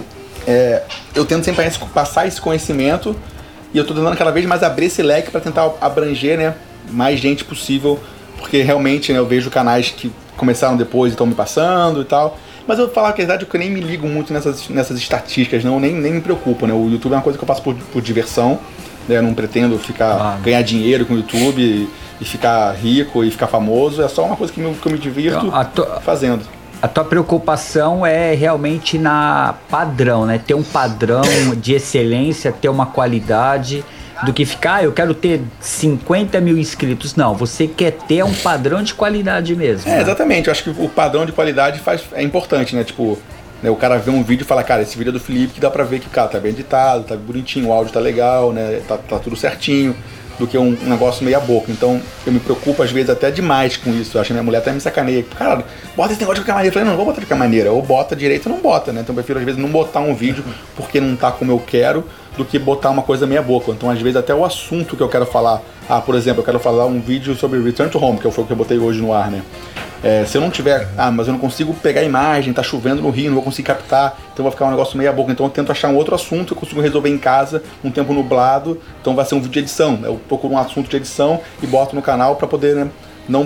eu tento sempre passar esse conhecimento e eu tô tentando cada vez mais abrir esse leque para tentar abranger, né, mais gente possível, porque realmente, né, eu vejo canais que começaram depois e estão me passando e tal. Mas eu vou falar a verdade que eu nem me ligo muito nessas estatísticas, não, nem me preocupo, né? O YouTube é uma coisa que eu faço por diversão, né? Eu não pretendo ganhar dinheiro com o YouTube e ficar rico e ficar famoso, é só uma coisa que eu me divirto fazendo. A tua preocupação é realmente na padrão, né? Ter um padrão de excelência, ter uma qualidade, do que ficar, eu quero ter 50 mil inscritos. Não, você quer ter um padrão de qualidade mesmo. Né? Exatamente, eu acho que o padrão de qualidade é importante, né? Tipo, né, o cara vê um vídeo e fala, cara, esse vídeo é do Felipe, que dá pra ver que o cara tá bem editado, tá bonitinho, o áudio tá legal, né? Tá tudo certinho, do que um negócio meia boca. Então, eu me preocupo às vezes até demais com isso. Eu acho que minha mulher até me sacaneia. Cara, bota esse negócio de qualquer maneira. Eu falei, não vou botar de qualquer maneira. Ou bota direito ou não bota, né? Então eu prefiro às vezes não botar um vídeo porque não tá como eu quero, do que botar uma coisa meia boca. Então, às vezes, até o assunto que eu quero falar. Por exemplo, eu quero falar um vídeo sobre Return to Home, que foi o que eu botei hoje no ar, né? Se eu não tiver... mas eu não consigo pegar a imagem, tá chovendo no Rio, não vou conseguir captar, então vai ficar um negócio meia boca. Então eu tento achar um outro assunto que eu consigo resolver em casa, num tempo nublado, então vai ser um vídeo de edição. Eu procuro um assunto de edição e boto no canal pra poder, né, não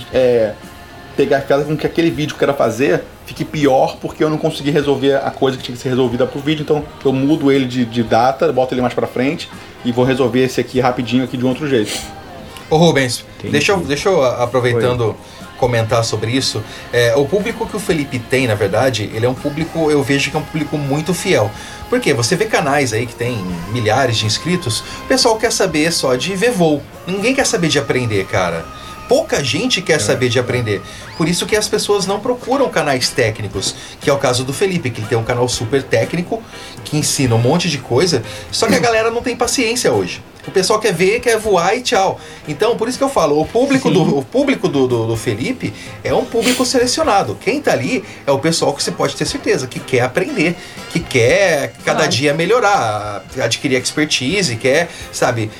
pegar com que aquele vídeo que eu quero fazer fique pior, porque eu não consegui resolver a coisa que tinha que ser resolvida pro vídeo. Então eu mudo ele de data, boto ele mais pra frente e vou resolver esse aqui rapidinho aqui de um outro jeito. Ô Rubens, deixa eu aproveitando comentar sobre isso. O público que o Felipe tem, na verdade, ele é um público, eu vejo que é um público muito fiel. Por quê? Você vê canais aí que tem milhares de inscritos, o pessoal quer saber só de ver voo. Ninguém quer saber de aprender, cara. Pouca gente quer saber de aprender. Por isso que as pessoas não procuram canais técnicos, que é o caso do Felipe, que ele tem um canal super técnico, que ensina um monte de coisa, só que a galera não tem paciência hoje. O pessoal quer ver, quer voar e tchau. Então, por isso que eu falo, o público do Felipe é um público selecionado. Quem tá ali é o pessoal que você pode ter certeza, que quer aprender, que quer cada dia melhorar, adquirir expertise, quer, sabe,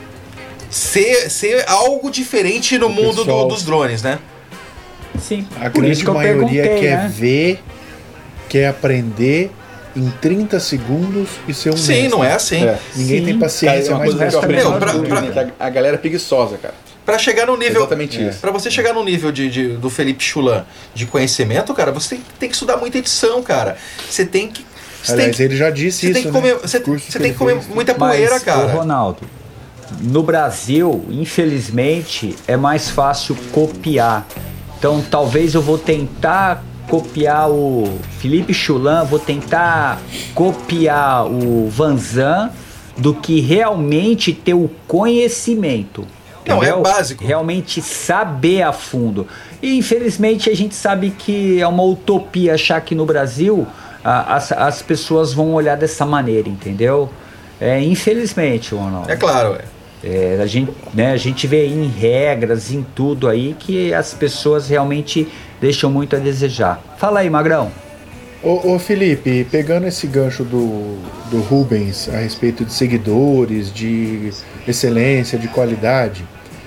ser algo diferente no mundo dos drones, né? Sim. A grande maioria quer ver, quer aprender em 30 segundos e ser um Sim, mestre. não é assim. Ninguém tem paciência, Cara, mas uma coisa que eu aprendi pra- né, que a galera é preguiçosa, cara. Pra chegar no nível. Exatamente isso. Pra você chegar no nível do Felipe Chulan de conhecimento, cara, você tem que estudar muita edição, cara. Você tem que. Aliás, ele já disse você isso, tem que comer, né? Você Curso tem que que comer ele fez. muita poeira, Mas, cara. ô, Ronaldo, no Brasil, infelizmente, é mais fácil copiar. Então, talvez eu vou tentar copiar o Felipe Chulan, vou tentar copiar o Vanzan, do que realmente ter o conhecimento. Não, entendeu? é básico. Realmente saber a fundo. E, infelizmente, a gente sabe que é uma utopia achar que no Brasil as pessoas vão olhar dessa maneira, entendeu? Infelizmente, Ronaldo. É claro, a gente vê em regras, em tudo aí, que as pessoas realmente deixam muito a desejar. Fala aí, Magrão. Ô Felipe, pegando esse gancho do Rubens a respeito de seguidores, de excelência, de qualidade,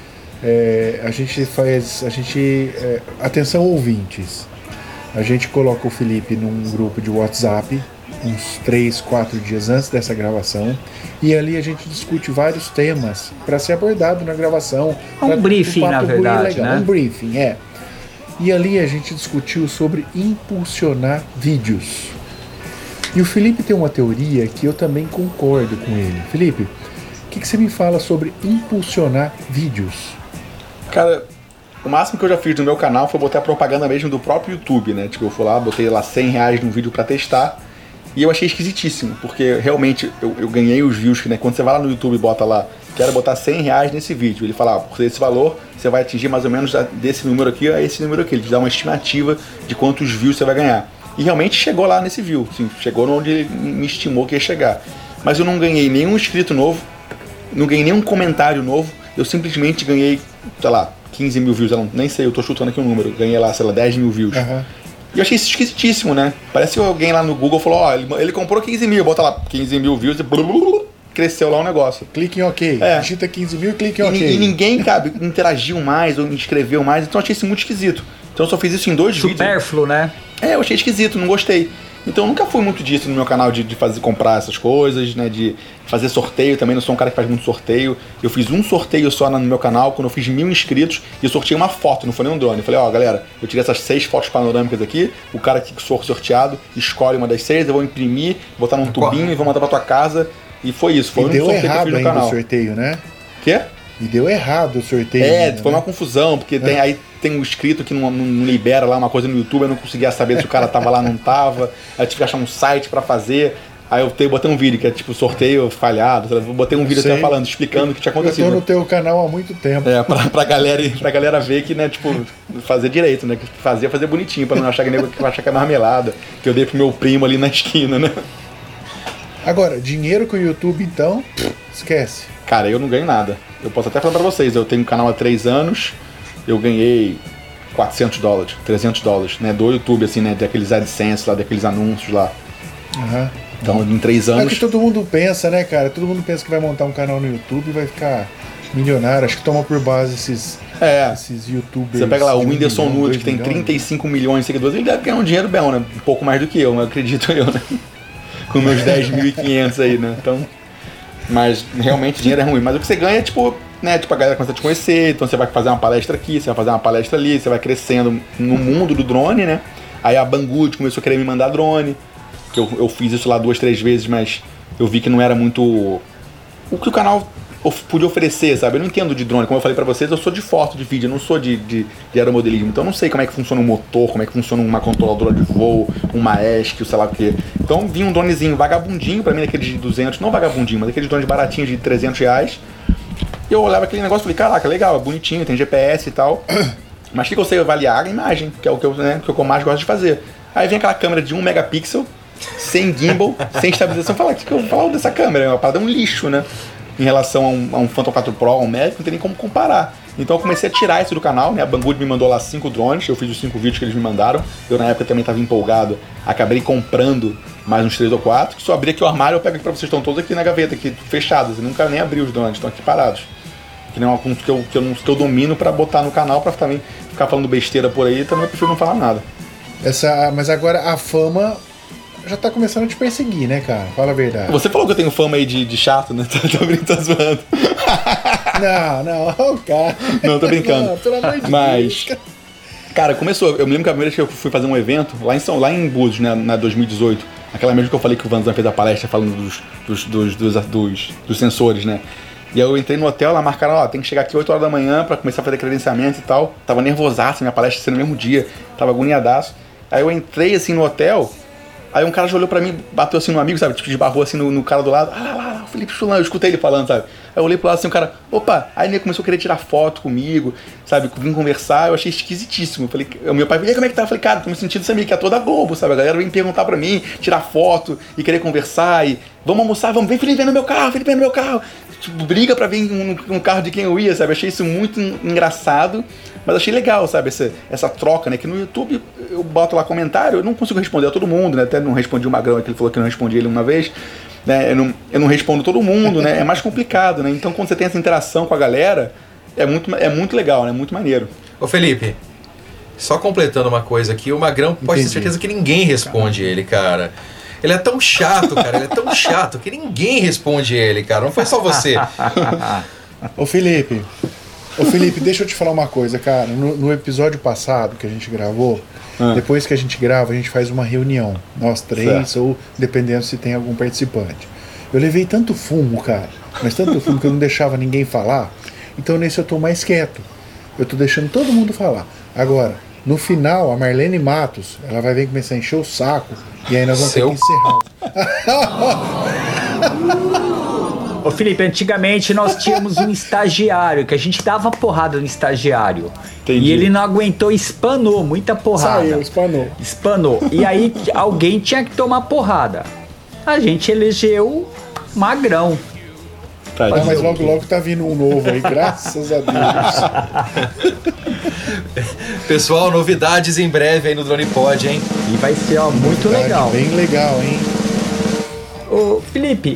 atenção ouvintes, a gente coloca o Felipe num grupo de WhatsApp uns 3, 4 dias antes dessa gravação, e ali a gente discute vários temas para ser abordado na gravação. Um briefing, na verdade, legal, né? Um briefing, E ali a gente discutiu sobre impulsionar vídeos. E o Felipe tem uma teoria que eu também concordo com ele. Felipe, o que você me fala sobre impulsionar vídeos? Cara, o máximo que eu já fiz no meu canal foi botar propaganda mesmo do próprio YouTube, né? Tipo, eu fui lá, botei lá R$100 num vídeo pra testar. E eu achei esquisitíssimo, porque realmente eu ganhei os views, né? Quando você vai lá no YouTube e bota lá, quero botar R$100 nesse vídeo, ele fala, por esse valor, você vai atingir mais ou menos desse número aqui a esse número aqui. Ele te dá uma estimativa de quantos views você vai ganhar. E realmente chegou lá nesse view, assim, chegou onde ele me estimou que ia chegar. Mas eu não ganhei nenhum inscrito novo, não ganhei nenhum comentário novo, eu simplesmente ganhei, sei lá, 15 mil views, eu nem sei, eu tô chutando aqui um número, ganhei lá, sei lá, 10 mil views. E eu achei isso esquisitíssimo, né? Parece que alguém lá no Google falou, ele comprou 15 mil, bota lá 15 mil views e cresceu lá o negócio. Clique em OK, digita 15 mil e clique em OK. E ninguém, interagiu mais ou inscreveu mais, então eu achei isso muito esquisito. Então eu só fiz isso em 2 vídeos. Supérfluo, né? Eu achei esquisito, não gostei. Então eu nunca fui muito disso no meu canal de comprar essas coisas, né? De fazer sorteio também, não sou um cara que faz muito sorteio. Eu fiz um sorteio só no meu canal, quando eu fiz 1000 inscritos, e eu sorteei uma foto, não foi nem um drone. Eu falei, galera, eu tirei essas 6 fotos panorâmicas aqui, o cara que for sorteado escolhe uma das 6, eu vou imprimir, botar num tubinho e vou mandar pra tua casa. E foi isso, foi um sorteio que eu fiz no canal. O sorteio, né? Quê? E deu errado o sorteio. Foi uma confusão, porque aí tem um inscrito que não libera lá uma coisa no YouTube, eu não conseguia saber se o cara tava lá ou não tava, aí eu tive que achar um site pra fazer, aí eu botei um vídeo que é tipo sorteio falhado, eu botei um vídeo até falando, explicando o que tinha acontecido. Eu tô no teu canal há muito tempo. Pra galera ver que, né, tipo, fazer direito, né, que fazer bonitinho, pra não achar que vai achar que é marmelada, que eu dei pro meu primo ali na esquina, né. Agora, dinheiro com o YouTube, então, esquece. Cara, eu não ganho nada. Eu posso até falar pra vocês, eu tenho um canal há 3 anos, eu ganhei $400, $300, né, do YouTube, assim, né, daqueles AdSense lá, daqueles anúncios lá. Então, em 3 anos... É que todo mundo pensa, né, cara? Todo mundo pensa que vai montar um canal no YouTube e vai ficar milionário. Acho que toma por base esses YouTubers... Você pega lá o Whindersson Nunes, que tem 35 milhões de seguidores, ele deve ganhar um dinheiro bom, né? Um pouco mais do que eu, acredito eu, né? Com meus 10.500 aí, né? Então... Mas realmente dinheiro é ruim. Mas o que você ganha é tipo, né? Tipo, a galera começa a te conhecer, então você vai fazer uma palestra aqui, você vai fazer uma palestra ali, você vai crescendo no mundo do drone, né? Aí a Banggood começou a querer me mandar drone, que eu fiz isso lá 2, 3 vezes, mas eu vi que não era muito o que o canal podia oferecer, sabe? Eu não entendo de drone, como eu falei pra vocês, eu sou de foto, de vídeo, eu não sou de aeromodelismo, então eu não sei como é que funciona um motor, como é que funciona uma controladora de voo, uma ESC, sei lá o que. Então vinha um dronezinho vagabundinho pra mim, daqueles de 200, não vagabundinho, mas aqueles drones baratinhos de R$300. E eu olhava aquele negócio e falei, caraca, legal, é bonitinho, tem GPS e tal, mas o que eu sei avaliar? A imagem, que é o que eu mais gosto de fazer. Aí vem aquela câmera de 1 megapixel, sem gimbal, sem estabilização, o que eu falo dessa câmera? É uma parada, um lixo, né? Em relação a um Phantom 4 Pro, um Mavic, não tem nem como comparar. Então eu comecei a tirar isso do canal, né? A Banggood me mandou lá 5 drones, eu fiz os 5 vídeos que eles me mandaram. Eu na época também estava empolgado, acabei comprando mais uns 3 ou 4. Que se eu abrir aqui o armário, eu pego aqui pra vocês, estão todos aqui na gaveta, aqui fechados. Eu nunca nem abri os drones, estão aqui parados. Que não é um assunto que eu domino pra botar no canal, pra também ficar falando besteira por aí, também eu prefiro não falar nada. Mas agora a fama já tá começando a te perseguir, né, cara? Fala a verdade. Você falou que eu tenho fama aí de chato, né? Tô brincando, zoando. Não, cara. Não, tô brincando. Não, pelo amor de Mas, Deus. cara, começou. Eu me lembro que a primeira vez que eu fui fazer um evento, lá em Búzios, né, na 2018, aquela mesma que eu falei que o Vanzan fez a palestra falando dos sensores, né? E aí eu entrei no hotel, lá marcaram, tem que chegar aqui 8 horas da manhã pra começar a fazer credenciamento e tal. Tava nervosaço, minha palestra ia ser no mesmo dia, tava agoniadaço. Aí eu entrei assim no hotel, aí um cara já olhou pra mim, bateu assim no amigo, sabe? Tipo, esbarrou assim no cara do lado. Lá, o Felipe Chulan, eu escutei ele falando, sabe? Aí eu olhei pro lado assim, o cara, opa! Aí ele começou a querer tirar foto comigo, sabe? Vim conversar, eu achei esquisitíssimo. Eu falei, o meu pai, e aí, como é que tá? Eu falei, cara, tô me sentindo essa que é toda a Globo, sabe? A galera vem perguntar pra mim, tirar foto e querer conversar e vamos almoçar, vem Felipe, vem no meu carro. Tipo, briga pra vir um carro de quem eu ia, sabe? Achei isso muito engraçado, mas achei legal, sabe? Essa troca, né? Que no YouTube eu boto lá comentário, eu não consigo responder a todo mundo, né? Até não respondi o Magrão, que ele falou que não respondi ele uma vez, né? Eu não respondo todo mundo, né? É mais complicado, né? Então quando você tem essa interação com a galera, é muito legal, né? Muito maneiro. Ô Felipe, só completando uma coisa aqui, o Magrão pode ter certeza que ninguém responde ele, cara. Ele é tão chato, cara, ele é tão chato que ninguém responde ele, cara. Não foi só você. Ô Felipe, deixa eu te falar uma coisa, cara. No episódio passado que a gente gravou, depois que a gente grava, a gente faz uma reunião. Nós três, ou dependendo se tem algum participante. Eu levei tanto fumo, cara, mas tanto fumo que eu não deixava ninguém falar. Então nesse eu tô mais quieto. Eu tô deixando todo mundo falar. Agora, no final, a Marlene Matos, ela vai vir começar a encher o saco e aí nós vamos ter que encerrar. Ô Felipe, antigamente nós tínhamos um estagiário, que a gente dava porrada no estagiário. Entendi. E ele não aguentou, espanou, muita porrada. Espanou. E aí alguém tinha que tomar porrada. A gente elegeu Magrão. Mas logo tá vindo um novo aí, graças a Deus. Pessoal, novidades em breve aí no Drone Pod, hein? E vai ser, muito legal. Bem legal, hein? Ô, Felipe,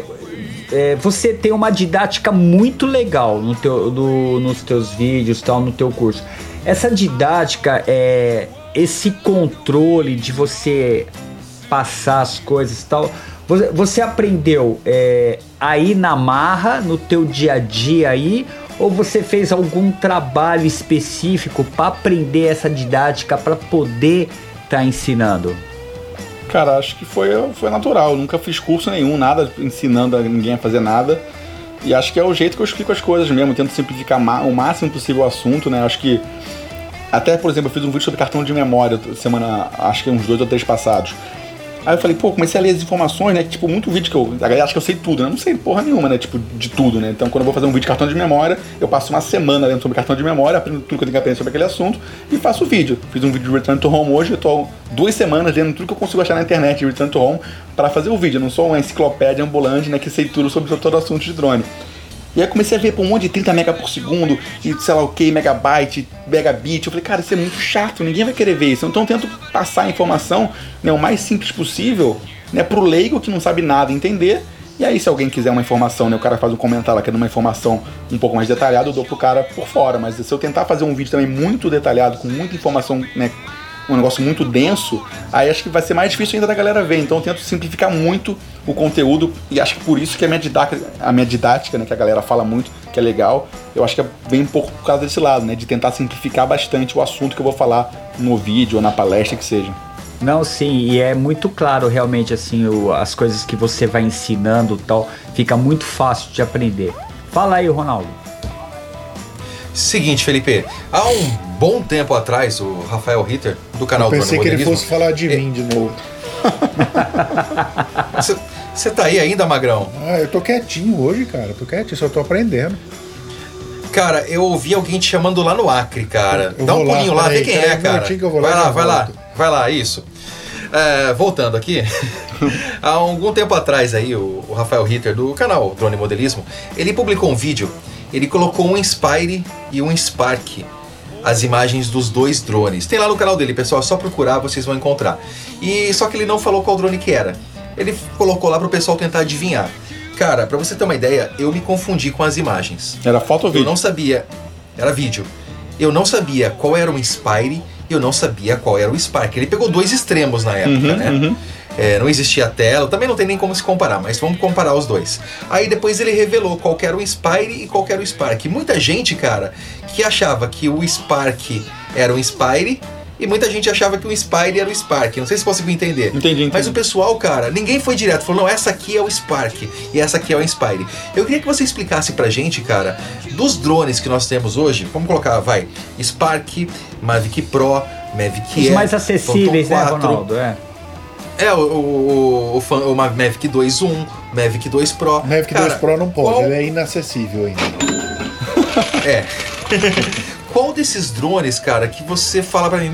você tem uma didática muito legal nos teus vídeos, tal, no teu curso. Essa didática, esse controle de você passar as coisas e tal, você aprendeu aí na marra, no teu dia a dia aí, ou você fez algum trabalho específico para aprender essa didática, para poder estar ensinando? Cara, acho que foi natural. Eu nunca fiz curso nenhum, nada ensinando a ninguém a fazer nada. E acho que é o jeito que eu explico as coisas mesmo. Eu tento simplificar o máximo possível o assunto, né? Acho que até, por exemplo, eu fiz um vídeo sobre cartão de memória semana, acho que uns 2 ou 3 passados. Aí eu falei, comecei a ler as informações, né? Que, tipo, muito vídeo a galera acha que eu sei tudo, né? Eu não sei porra nenhuma, né? Tipo, de tudo, né? Então, quando eu vou fazer um vídeo de cartão de memória, eu passo uma semana lendo sobre cartão de memória, aprendo tudo que eu tenho que aprender sobre aquele assunto e faço o vídeo. Fiz um vídeo de Return to Home hoje, eu tô 2 semanas lendo tudo que eu consigo achar na internet de Return to Home para fazer o vídeo. Eu não sou uma enciclopédia ambulante, né? Que sei tudo sobre todo assunto de drone. E aí comecei a ver um monte de 30 mega por segundo, e sei lá o que, megabyte, megabit. Eu falei, cara, isso é muito chato, ninguém vai querer ver isso. Então eu tento passar a informação, né, o mais simples possível, né, pro leigo que não sabe nada entender. E aí se alguém quiser uma informação, né, o cara faz um comentário lá, quer uma informação um pouco mais detalhada, eu dou pro cara por fora. Mas se eu tentar fazer um vídeo também muito detalhado, com muita informação, né, um negócio muito denso, aí acho que vai ser mais difícil ainda da galera ver. Então eu tento simplificar muito o conteúdo e acho que por isso que a minha didática, né, que a galera fala muito, que é legal, eu acho que vem um pouco por causa desse lado, né, de tentar simplificar bastante o assunto que eu vou falar no vídeo ou na palestra que seja. Não, sim, e é muito claro realmente assim, as coisas que você vai ensinando e tal, fica muito fácil de aprender. Fala aí, Ronaldo. Seguinte, Felipe, há um bom tempo atrás, o Rafael Ritter, do canal Drone Modelismo... Eu pensei que ele fosse falar de mim de novo. Você tá aí ainda, Magrão? Eu tô quietinho hoje, cara. Tô quietinho, só tô aprendendo. Cara, eu ouvi alguém te chamando lá no Acre, cara. Dá um pulinho lá, vê quem é, cara. Vai lá, isso. Voltando aqui, há algum tempo atrás aí, o Rafael Ritter, do canal Drone Modelismo, ele publicou um vídeo. Ele colocou um Inspire e um Spark, as imagens dos 2 drones. Tem lá no canal dele, pessoal, é só procurar, vocês vão encontrar. E só que ele não falou qual drone que era. Ele colocou lá pro pessoal tentar adivinhar. Cara, pra você ter uma ideia, eu me confundi com as imagens. Era foto ou vídeo? Eu não sabia. Era vídeo. Eu não sabia qual era o Inspire e eu não sabia qual era o Spark. Ele pegou 2 extremos na época, né? não existia tela, também não tem nem como se comparar, mas vamos comparar os dois. Aí depois ele revelou qual que era o Inspire e qual que era o Spark. Muita gente, cara, que achava que o Spark era o Inspire e muita gente achava que o Inspire era o Spark. Não sei se conseguiu entender. Entendi. Mas o pessoal, cara, ninguém foi direto, falou, não, essa aqui é o Spark e essa aqui é o Inspire. Eu queria que você explicasse pra gente, cara, dos drones que nós temos hoje, vamos colocar, Spark, Mavic Pro, Mavic Air, os mais acessíveis, né, Ronaldo? O Mavic 2 Zoom, Mavic 2 Pro. Mavic 2 Pro não pode, ele é inacessível ainda. Qual desses drones, cara, que você fala pra mim,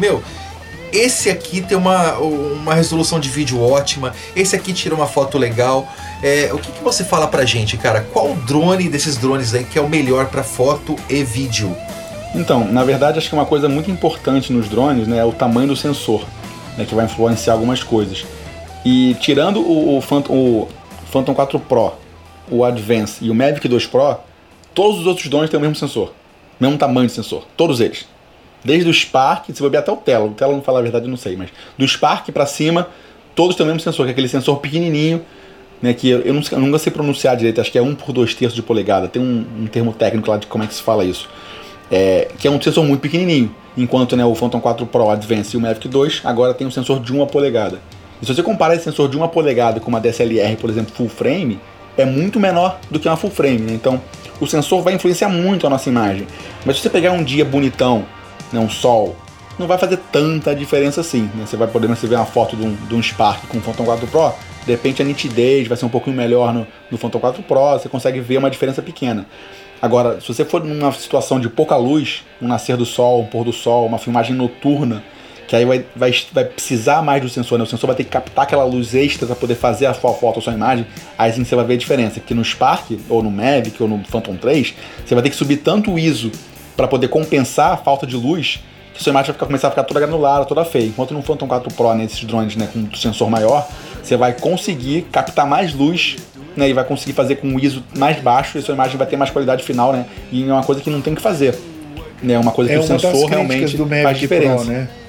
esse aqui tem uma resolução de vídeo ótima, esse aqui tira uma foto legal. O que você fala pra gente, cara? Qual drone desses drones aí que é o melhor pra foto e vídeo? Então, na verdade, acho que uma coisa muito importante nos drones, né, é o tamanho do sensor, né, que vai influenciar algumas coisas. E tirando o Phantom 4 Pro, o Advance e o Mavic 2 Pro, todos os outros drones têm o mesmo sensor, mesmo tamanho de sensor, todos eles. Desde o Spark, se for ver até o Tello, não falar a verdade eu não sei, mas do Spark pra cima, todos têm o mesmo sensor, que é aquele sensor pequenininho, né, que eu nunca sei pronunciar direito, acho que é 1/2 de polegada, tem um termo técnico lá de como é que se fala isso. Que é um sensor muito pequenininho, enquanto, né, o Phantom 4 Pro Advance e o Mavic 2 agora tem um sensor de 1 polegada. E se você comparar esse sensor de 1 polegada com uma DSLR, por exemplo, full frame, é muito menor do que uma full frame, né? Então o sensor vai influenciar muito a nossa imagem. Mas se você pegar um dia bonitão, né, um sol, não vai fazer tanta diferença assim, né? Você vai poder ver uma foto de um Spark com o Phantom 4 Pro, de repente a nitidez vai ser um pouquinho melhor no Phantom 4 Pro, você consegue ver uma diferença pequena. Agora, se você for numa situação de pouca luz, um nascer do sol, um pôr do sol, uma filmagem noturna, que aí vai precisar mais do sensor, né? O sensor vai ter que captar aquela luz extra para poder fazer a sua foto, a sua imagem, aí sim você vai ver a diferença. Porque no Spark, ou no Mavic, ou no Phantom 3, você vai ter que subir tanto o ISO para poder compensar a falta de luz, que sua imagem vai começar a ficar toda granulada, toda feia. Enquanto no Phantom 4 Pro, nesses drones, né, com sensor maior, você vai conseguir captar mais luz, né, e vai conseguir fazer com um ISO mais baixo e sua imagem vai ter mais qualidade final, né? E é uma coisa que não tem que fazer, né? É uma coisa que o sensor realmente faz diferença. Pro, né?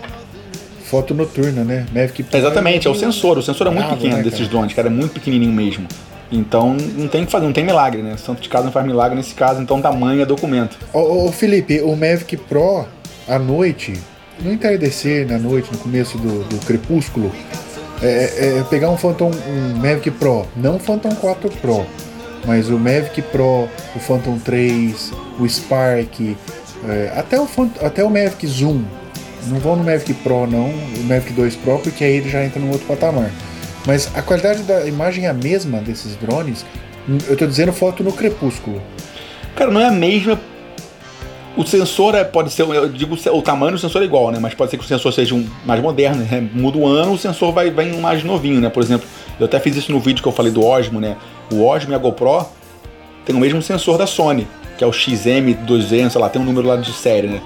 Foto noturna, né? Mavic Pro. Exatamente, é o sensor. O sensor é muito pequeno, né, desses drones, cara, é muito pequenininho mesmo. Então não tem que fazer, não tem milagre, né? Santo de casa não faz milagre nesse caso, então tamanho é documento. Ô Felipe, o Mavic Pro à noite, no entardecer, na noite, no começo do crepúsculo, pegar um Mavic Pro, não o Phantom 4 Pro, mas o Mavic Pro, o Phantom 3, o Spark, até o Mavic Zoom. Não vão no Mavic Pro não, o Mavic 2 Pro, porque aí ele já entra num outro patamar. Mas a qualidade da imagem é a mesma desses drones. Eu tô dizendo foto no crepúsculo. Cara, não é a mesma. O sensor pode ser, eu digo, o tamanho do sensor é igual, né? Mas pode ser que o sensor seja mais moderno, né? Muda o ano, o sensor vai mais novinho, né? Por exemplo, eu até fiz isso no vídeo que eu falei do Osmo, né? O Osmo e a GoPro tem o mesmo sensor da Sony, que é o XM200, sei lá, tem um número lá de série, né?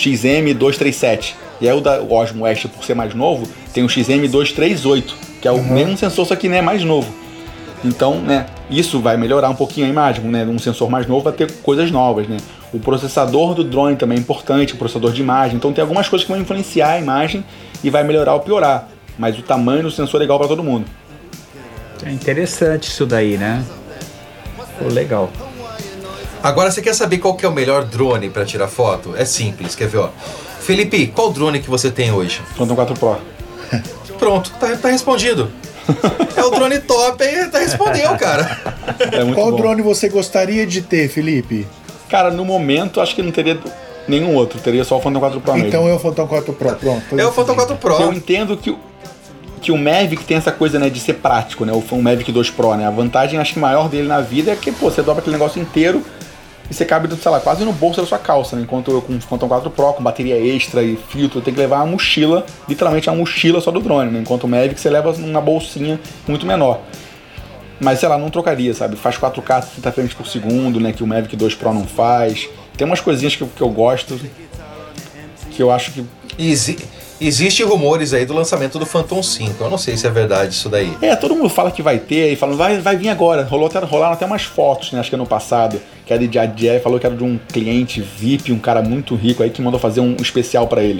XM237. E aí o Osmo West, por ser mais novo, tem o XM238, que é o mesmo sensor, só que, né, mais novo. Então, né, isso vai melhorar um pouquinho a imagem, né? Um sensor mais novo vai ter coisas novas, né? O processador do drone também é importante, o processador de imagem. Então tem algumas coisas que vão influenciar a imagem e vai melhorar ou piorar. Mas o tamanho do sensor é igual para todo mundo. É interessante isso daí, né? Pô, legal. Agora você quer saber qual que é o melhor drone para tirar foto? É simples, quer ver, ó. Felipe, qual drone que você tem hoje? Phantom 4 Pro. Pronto, tá respondido. É o drone top, aí respondeu, cara. Qual drone você gostaria de ter, Felipe? Cara, no momento, acho que não teria nenhum outro. Teria só o Phantom 4 Pro mesmo. Então é o Phantom 4 Pro, pronto. É o Phantom 4 Pro. Eu entendo que o Mavic tem essa coisa, né, de ser prático, né? O Mavic 2 Pro, né? A vantagem, acho que maior dele na vida é que, pô, você dobra aquele negócio inteiro e você cabe, sei lá, quase no bolso da sua calça, né? Enquanto eu com o Phantom 4 Pro, com bateria extra e filtro, eu tenho que levar uma mochila, literalmente uma mochila só do drone, né? Enquanto o Mavic você leva uma bolsinha muito menor. Mas, sei lá, não trocaria, sabe? Faz 4K 60 frames por segundo, né? Que o Mavic 2 Pro não faz. Tem umas coisinhas que eu gosto, que eu acho que... Existem rumores aí do lançamento do Phantom 5. Eu não sei se é verdade isso daí. Todo mundo fala que vai ter, e falam, vai vir agora. Rolaram até umas fotos, né? Acho que ano passado, que a DJI falou que era de um cliente VIP, um cara muito rico aí, que mandou fazer um especial pra ele.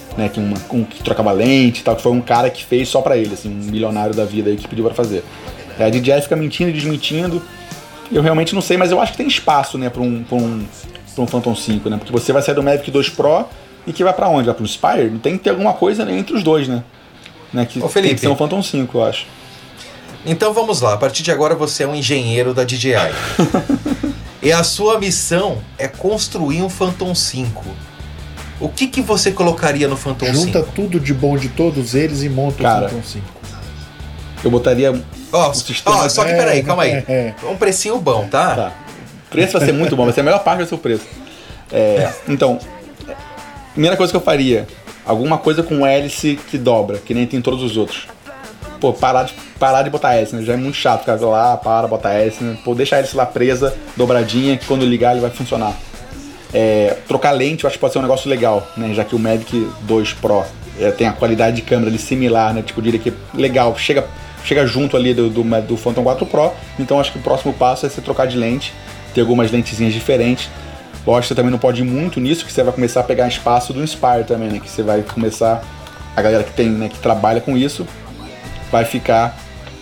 né, que trocava lente e tal, que foi um cara que fez só pra ele, assim, um milionário da vida aí que pediu pra fazer. A DJI fica mentindo e desmentindo, eu realmente não sei, mas eu acho que tem espaço, né, pra um Phantom 5, né, porque você vai sair do Mavic 2 Pro e que vai pra onde? Vai pro Inspire? Tem que ter alguma coisa, né, entre os dois, né, que Ô, Felipe, tem que ser um Phantom 5, eu acho. Então vamos lá, a partir de agora você é um engenheiro da DJI. E a sua missão é construir um Phantom 5. O que você colocaria no Phantom 5? Junta tudo de bom de todos eles e monta o Phantom 5. Eu botaria sistema... Só que peraí, calma aí. Um precinho bom, tá? O preço vai ser muito bom, vai ser a melhor parte vai ser o preço. Então, primeira coisa que eu faria, alguma coisa com hélice que dobra, que nem tem todos os outros. Pô, parar de botar hélice, né? Já é muito chato ficar lá, botar hélice, né? Pô, deixa a hélice lá presa, dobradinha, que quando ligar ele vai funcionar. Trocar lente eu acho que pode ser um negócio legal, né? Já que o Mavic 2 Pro tem a qualidade de câmera ali similar, né? Tipo, eu diria que é legal, chega junto ali do Phantom 4 Pro, então acho que o próximo passo é você trocar de lente, ter algumas lentezinhas diferentes. Lógico que você também não pode ir muito nisso, que você vai começar a pegar espaço do Inspire também, né? Que você vai começar, a galera que tem, né, que trabalha com isso, vai ficar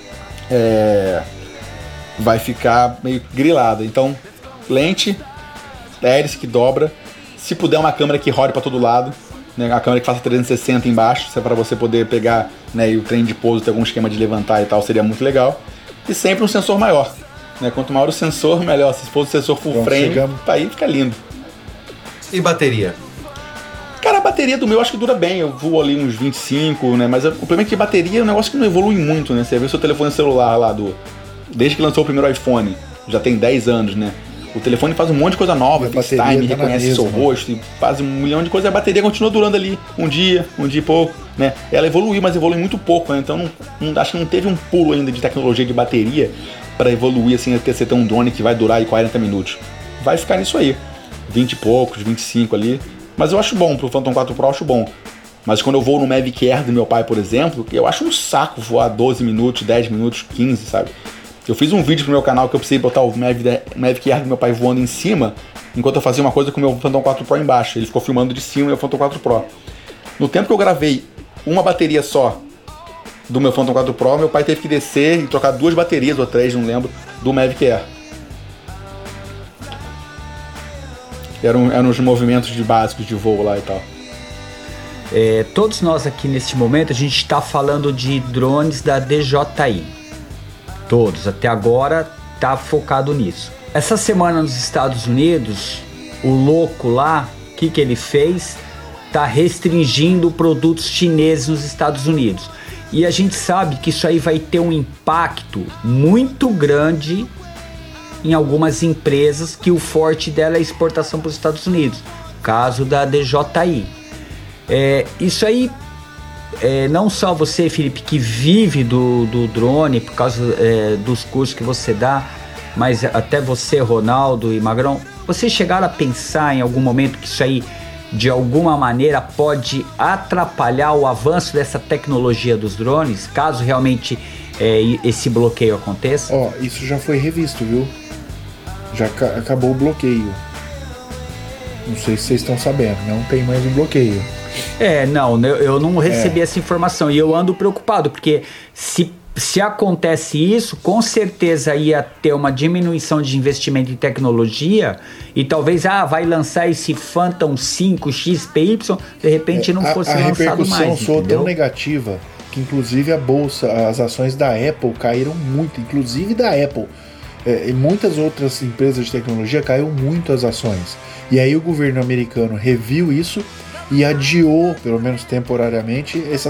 meio grilada. Então, lente, hélice que dobra, se puder uma câmera que rode para todo lado, né, a câmera que faça 360 embaixo, se é para você poder pegar, né, e o trem de pouso ter algum esquema de levantar e tal, seria muito legal. E sempre um sensor maior, né? Quanto maior o sensor, melhor. Se for o sensor full frame, aí fica lindo. E bateria? Cara, a bateria do meu acho que dura bem, eu vou ali uns 25, né? Mas o problema é que bateria é um negócio que não evolui muito, né? Você vê o seu telefone celular lá, desde que lançou o primeiro iPhone, já tem 10 anos, né? O telefone faz um monte de coisa nova, FaceTime, reconhece seu rosto, e faz um milhão de coisas, e a bateria continua durando ali um dia e pouco, né? Ela evoluiu, mas evolui muito pouco, né? Então acho que não teve um pulo ainda de tecnologia de bateria para evoluir assim, até você ter um drone que vai durar aí 40 minutos. Vai ficar nisso aí, 20 e poucos, 25 ali. Mas eu acho bom, pro Phantom 4 Pro eu acho bom. Mas quando eu vou no Mavic Air do meu pai, por exemplo, eu acho um saco voar 12 minutos, 10 minutos, 15, sabe? Eu fiz um vídeo pro meu canal que eu precisei botar o Mavic Air do meu pai voando em cima, enquanto eu fazia uma coisa com o meu Phantom 4 Pro embaixo. Ele ficou filmando de cima o meu Phantom 4 Pro. No tempo que eu gravei uma bateria só do meu Phantom 4 Pro, meu pai teve que descer e trocar 2 baterias ou 3, não lembro, do Mavic Air. Eram os movimentos básicos de voo lá e tal. Todos nós aqui neste momento, a gente está falando de drones da DJI. Todos, até agora, tá focado nisso. Essa semana nos Estados Unidos, o louco lá, o que ele fez? Tá restringindo produtos chineses nos Estados Unidos. E a gente sabe que isso aí vai ter um impacto muito grande em algumas empresas que o forte dela é a exportação para os Estados Unidos. Caso da DJI. Isso aí, não só você, Felipe, que vive do drone por causa dos cursos que você dá, mas até você, Ronaldo e Magrão, vocês chegaram a pensar em algum momento que isso aí, de alguma maneira, pode atrapalhar o avanço dessa tecnologia dos drones, caso realmente esse bloqueio aconteça? Isso já foi revisto, viu? Já acabou o bloqueio. Não sei se vocês estão sabendo, não tem mais um bloqueio. Não, eu não recebi essa informação e eu ando preocupado, porque se acontece isso, com certeza ia ter uma diminuição de investimento em tecnologia e talvez, vai lançar esse Phantom 5 XPY, de repente não fosse lançado mais. A repercussão soou tão negativa que inclusive a bolsa, as ações da Apple caíram muito, inclusive da Apple. E muitas outras empresas de tecnologia caíram muito as ações. E aí o governo americano reviu isso e adiou, pelo menos temporariamente, essas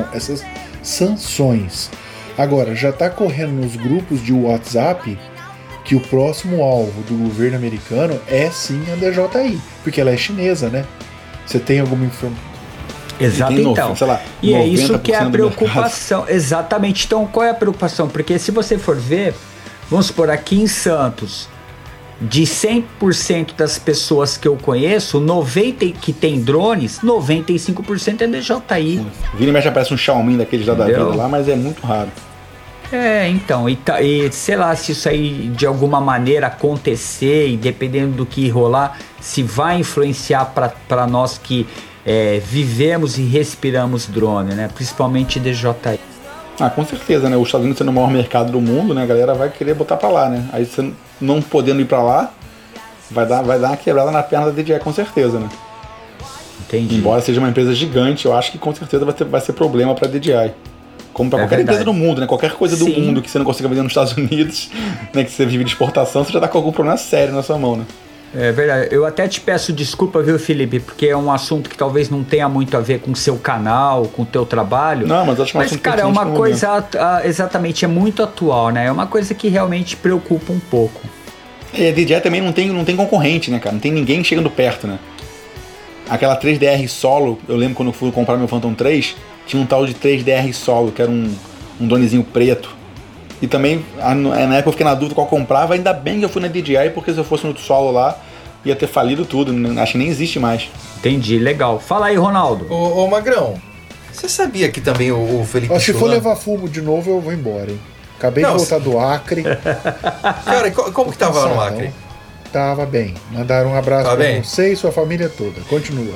sanções. Agora, já está correndo nos grupos de WhatsApp que o próximo alvo do governo americano é sim a DJI, porque ela é chinesa, né? Você tem alguma informação? Exato, então. E é isso que é a preocupação. Exatamente. Então, qual é a preocupação? Porque se você for ver, vamos supor, aqui em Santos, de 100% das pessoas que eu conheço, 90% que tem drones, 95% é DJI. Vira e mexe aparece um Xiaomi daqueles lá da vida lá, mas é muito raro. Então, e sei lá se isso aí de alguma maneira acontecer, e dependendo do que rolar, se vai influenciar para nós que vivemos e respiramos drone, né? Principalmente DJI. Com certeza, né? Os Estados Unidos sendo o maior mercado do mundo, né? A galera vai querer botar pra lá, né? Aí você não podendo ir pra lá, vai dar uma quebrada na perna da DJI, com certeza, né? Entendi. Embora seja uma empresa gigante, eu acho que com certeza vai ser problema pra DJI. Como pra qualquer empresa do mundo, né? Qualquer coisa do mundo que você não consiga vender nos Estados Unidos, né? Que você vive de exportação, você já tá com algum problema sério na sua mão, né? É verdade. Eu até te peço desculpa, viu, Felipe? Porque é um assunto que talvez não tenha muito a ver com o seu canal, com o teu trabalho. Não, mas acho que Mas, cara, é uma coisa... exatamente, é muito atual, né? É uma coisa que realmente preocupa um pouco. E a DJI também não tem concorrente, né, cara? Não tem ninguém chegando perto, né? Aquela 3DR Solo, eu lembro quando eu fui comprar meu Phantom 3, tinha um tal de 3DR Solo, que era um dronezinho preto. E também, na época eu fiquei na dúvida qual comprava, ainda bem que eu fui na DJI, porque se eu fosse no Solo lá, ia ter falido tudo, acho que nem existe mais. Entendi, legal. Fala aí, Ronaldo. Ô Magrão, você sabia que também o Felipe Se for levar fumo de novo, eu vou embora, hein? Acabei de voltar do Acre. Cara, como que tava lá no Acre? Tava bem. Mandaram um abraço pra você e sua família toda. Continua.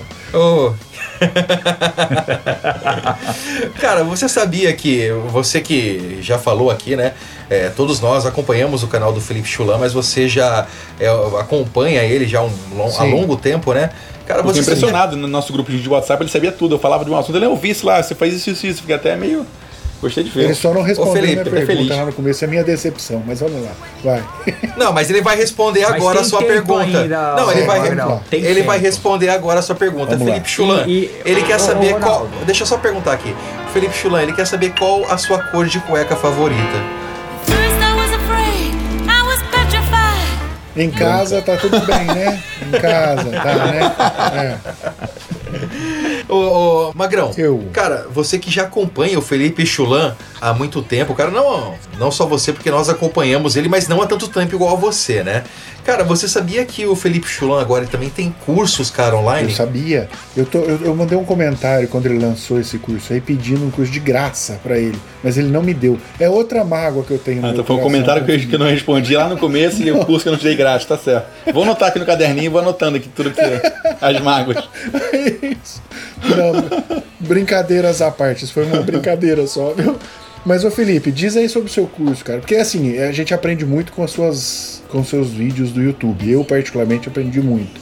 Cara, você sabia que, você que já falou aqui, né? Todos nós acompanhamos o canal do Felipe Chulan, mas você já acompanha ele já há longo tempo, né? Cara, eu fiquei impressionado no nosso grupo de WhatsApp, ele sabia tudo. Eu falava de um assunto, ele eu vi isso lá, você faz isso. Fiquei até meio... Gostei de ver. Ele só não respondeu minha pergunta lá no começo, é minha decepção, mas vamos lá, vai. Não, mas ele vai responder agora a sua pergunta. Ainda, não, ele vai responder agora a sua pergunta. Vamos Felipe Chulan, ele quer saber qual... Deixa eu só perguntar aqui. Felipe Chulan, ele quer saber qual a sua cor de cueca favorita. Em casa tá tudo bem, né? Em casa, tá, né? Ô Magrão, cara, você que já acompanha o Felipe Chulan há muito tempo, cara, não só você, porque nós acompanhamos ele, mas não há tanto tempo igual a você, né? Cara, você sabia que o Felipe Chulan agora ele também tem cursos, cara, online? Eu sabia. Eu mandei um comentário quando ele lançou esse curso aí, pedindo um curso de graça pra ele, mas ele não me deu. É outra mágoa que eu tenho no meu então foi um comentário que eu não respondi lá no começo e o curso que eu não te dei grátis, tá certo. Vou anotar aqui no caderninho e vou anotando aqui tudo que as mágoas. Isso. Não, brincadeiras à parte, isso foi uma brincadeira só, viu? Mas, ô Felipe, diz aí sobre o seu curso, cara. Porque, assim, a gente aprende muito com os seus vídeos do YouTube. Eu, particularmente, aprendi muito.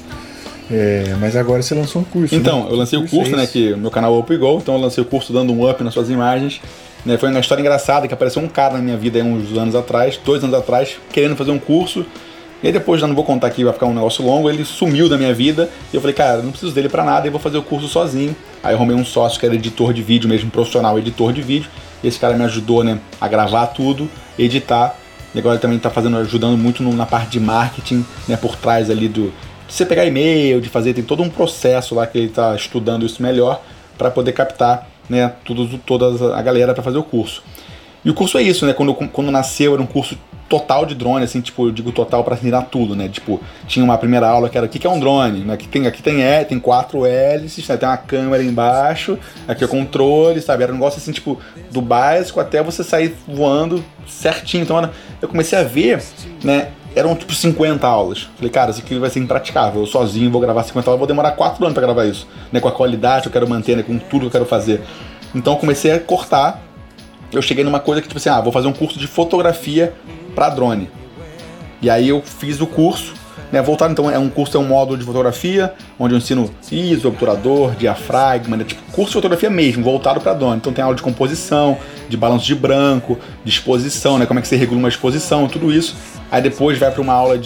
Mas agora você lançou um curso. Então, né? eu lancei o curso, né? Que o meu canal é Up Go. Então, eu lancei o curso dando um up nas suas imagens. Né, foi uma história engraçada que apareceu um cara na minha vida aí uns anos atrás, 2 anos atrás, querendo fazer um curso. E aí depois, já não vou contar aqui, vai ficar um negócio longo, ele sumiu da minha vida. E eu falei, cara, eu não preciso dele pra nada, eu vou fazer o curso sozinho. Aí eu arrumei um sócio que era editor de vídeo mesmo, profissional editor de vídeo. Esse cara me ajudou, né, a gravar tudo, editar. E agora ele também tá ajudando muito na parte de marketing, né, por trás ali de você pegar e-mail, de fazer, tem todo um processo lá que ele tá estudando isso melhor para poder captar, né, toda a galera para fazer o curso. E o curso é isso, né? Quando nasceu era um curso total de drone, assim, tipo, eu digo total para ensinar tudo, né? Tipo, tinha uma primeira aula que era o que é um drone, né? Aqui tem 4 hélices, né? Tem uma câmera embaixo, aqui é o controle, sabe? Era um negócio assim, tipo, do básico até você sair voando certinho. Então eu comecei a ver, né? Eram tipo 50 aulas. Falei, cara, isso aqui vai ser impraticável. Eu sozinho vou gravar 50 aulas, vou demorar 4 anos para gravar isso, né? Com a qualidade que eu quero manter, né? Com tudo que eu quero fazer. Então eu comecei a cortar. Eu cheguei numa coisa que tipo assim, vou fazer um curso de fotografia para drone. E aí eu fiz o curso, né, voltado, então é um módulo de fotografia, onde eu ensino ISO, obturador, diafragma, né, tipo curso de fotografia mesmo, voltado para drone. Então tem aula de composição, de balanço de branco, de exposição, né, como é que você regula uma exposição, tudo isso. Aí depois vai para uma aula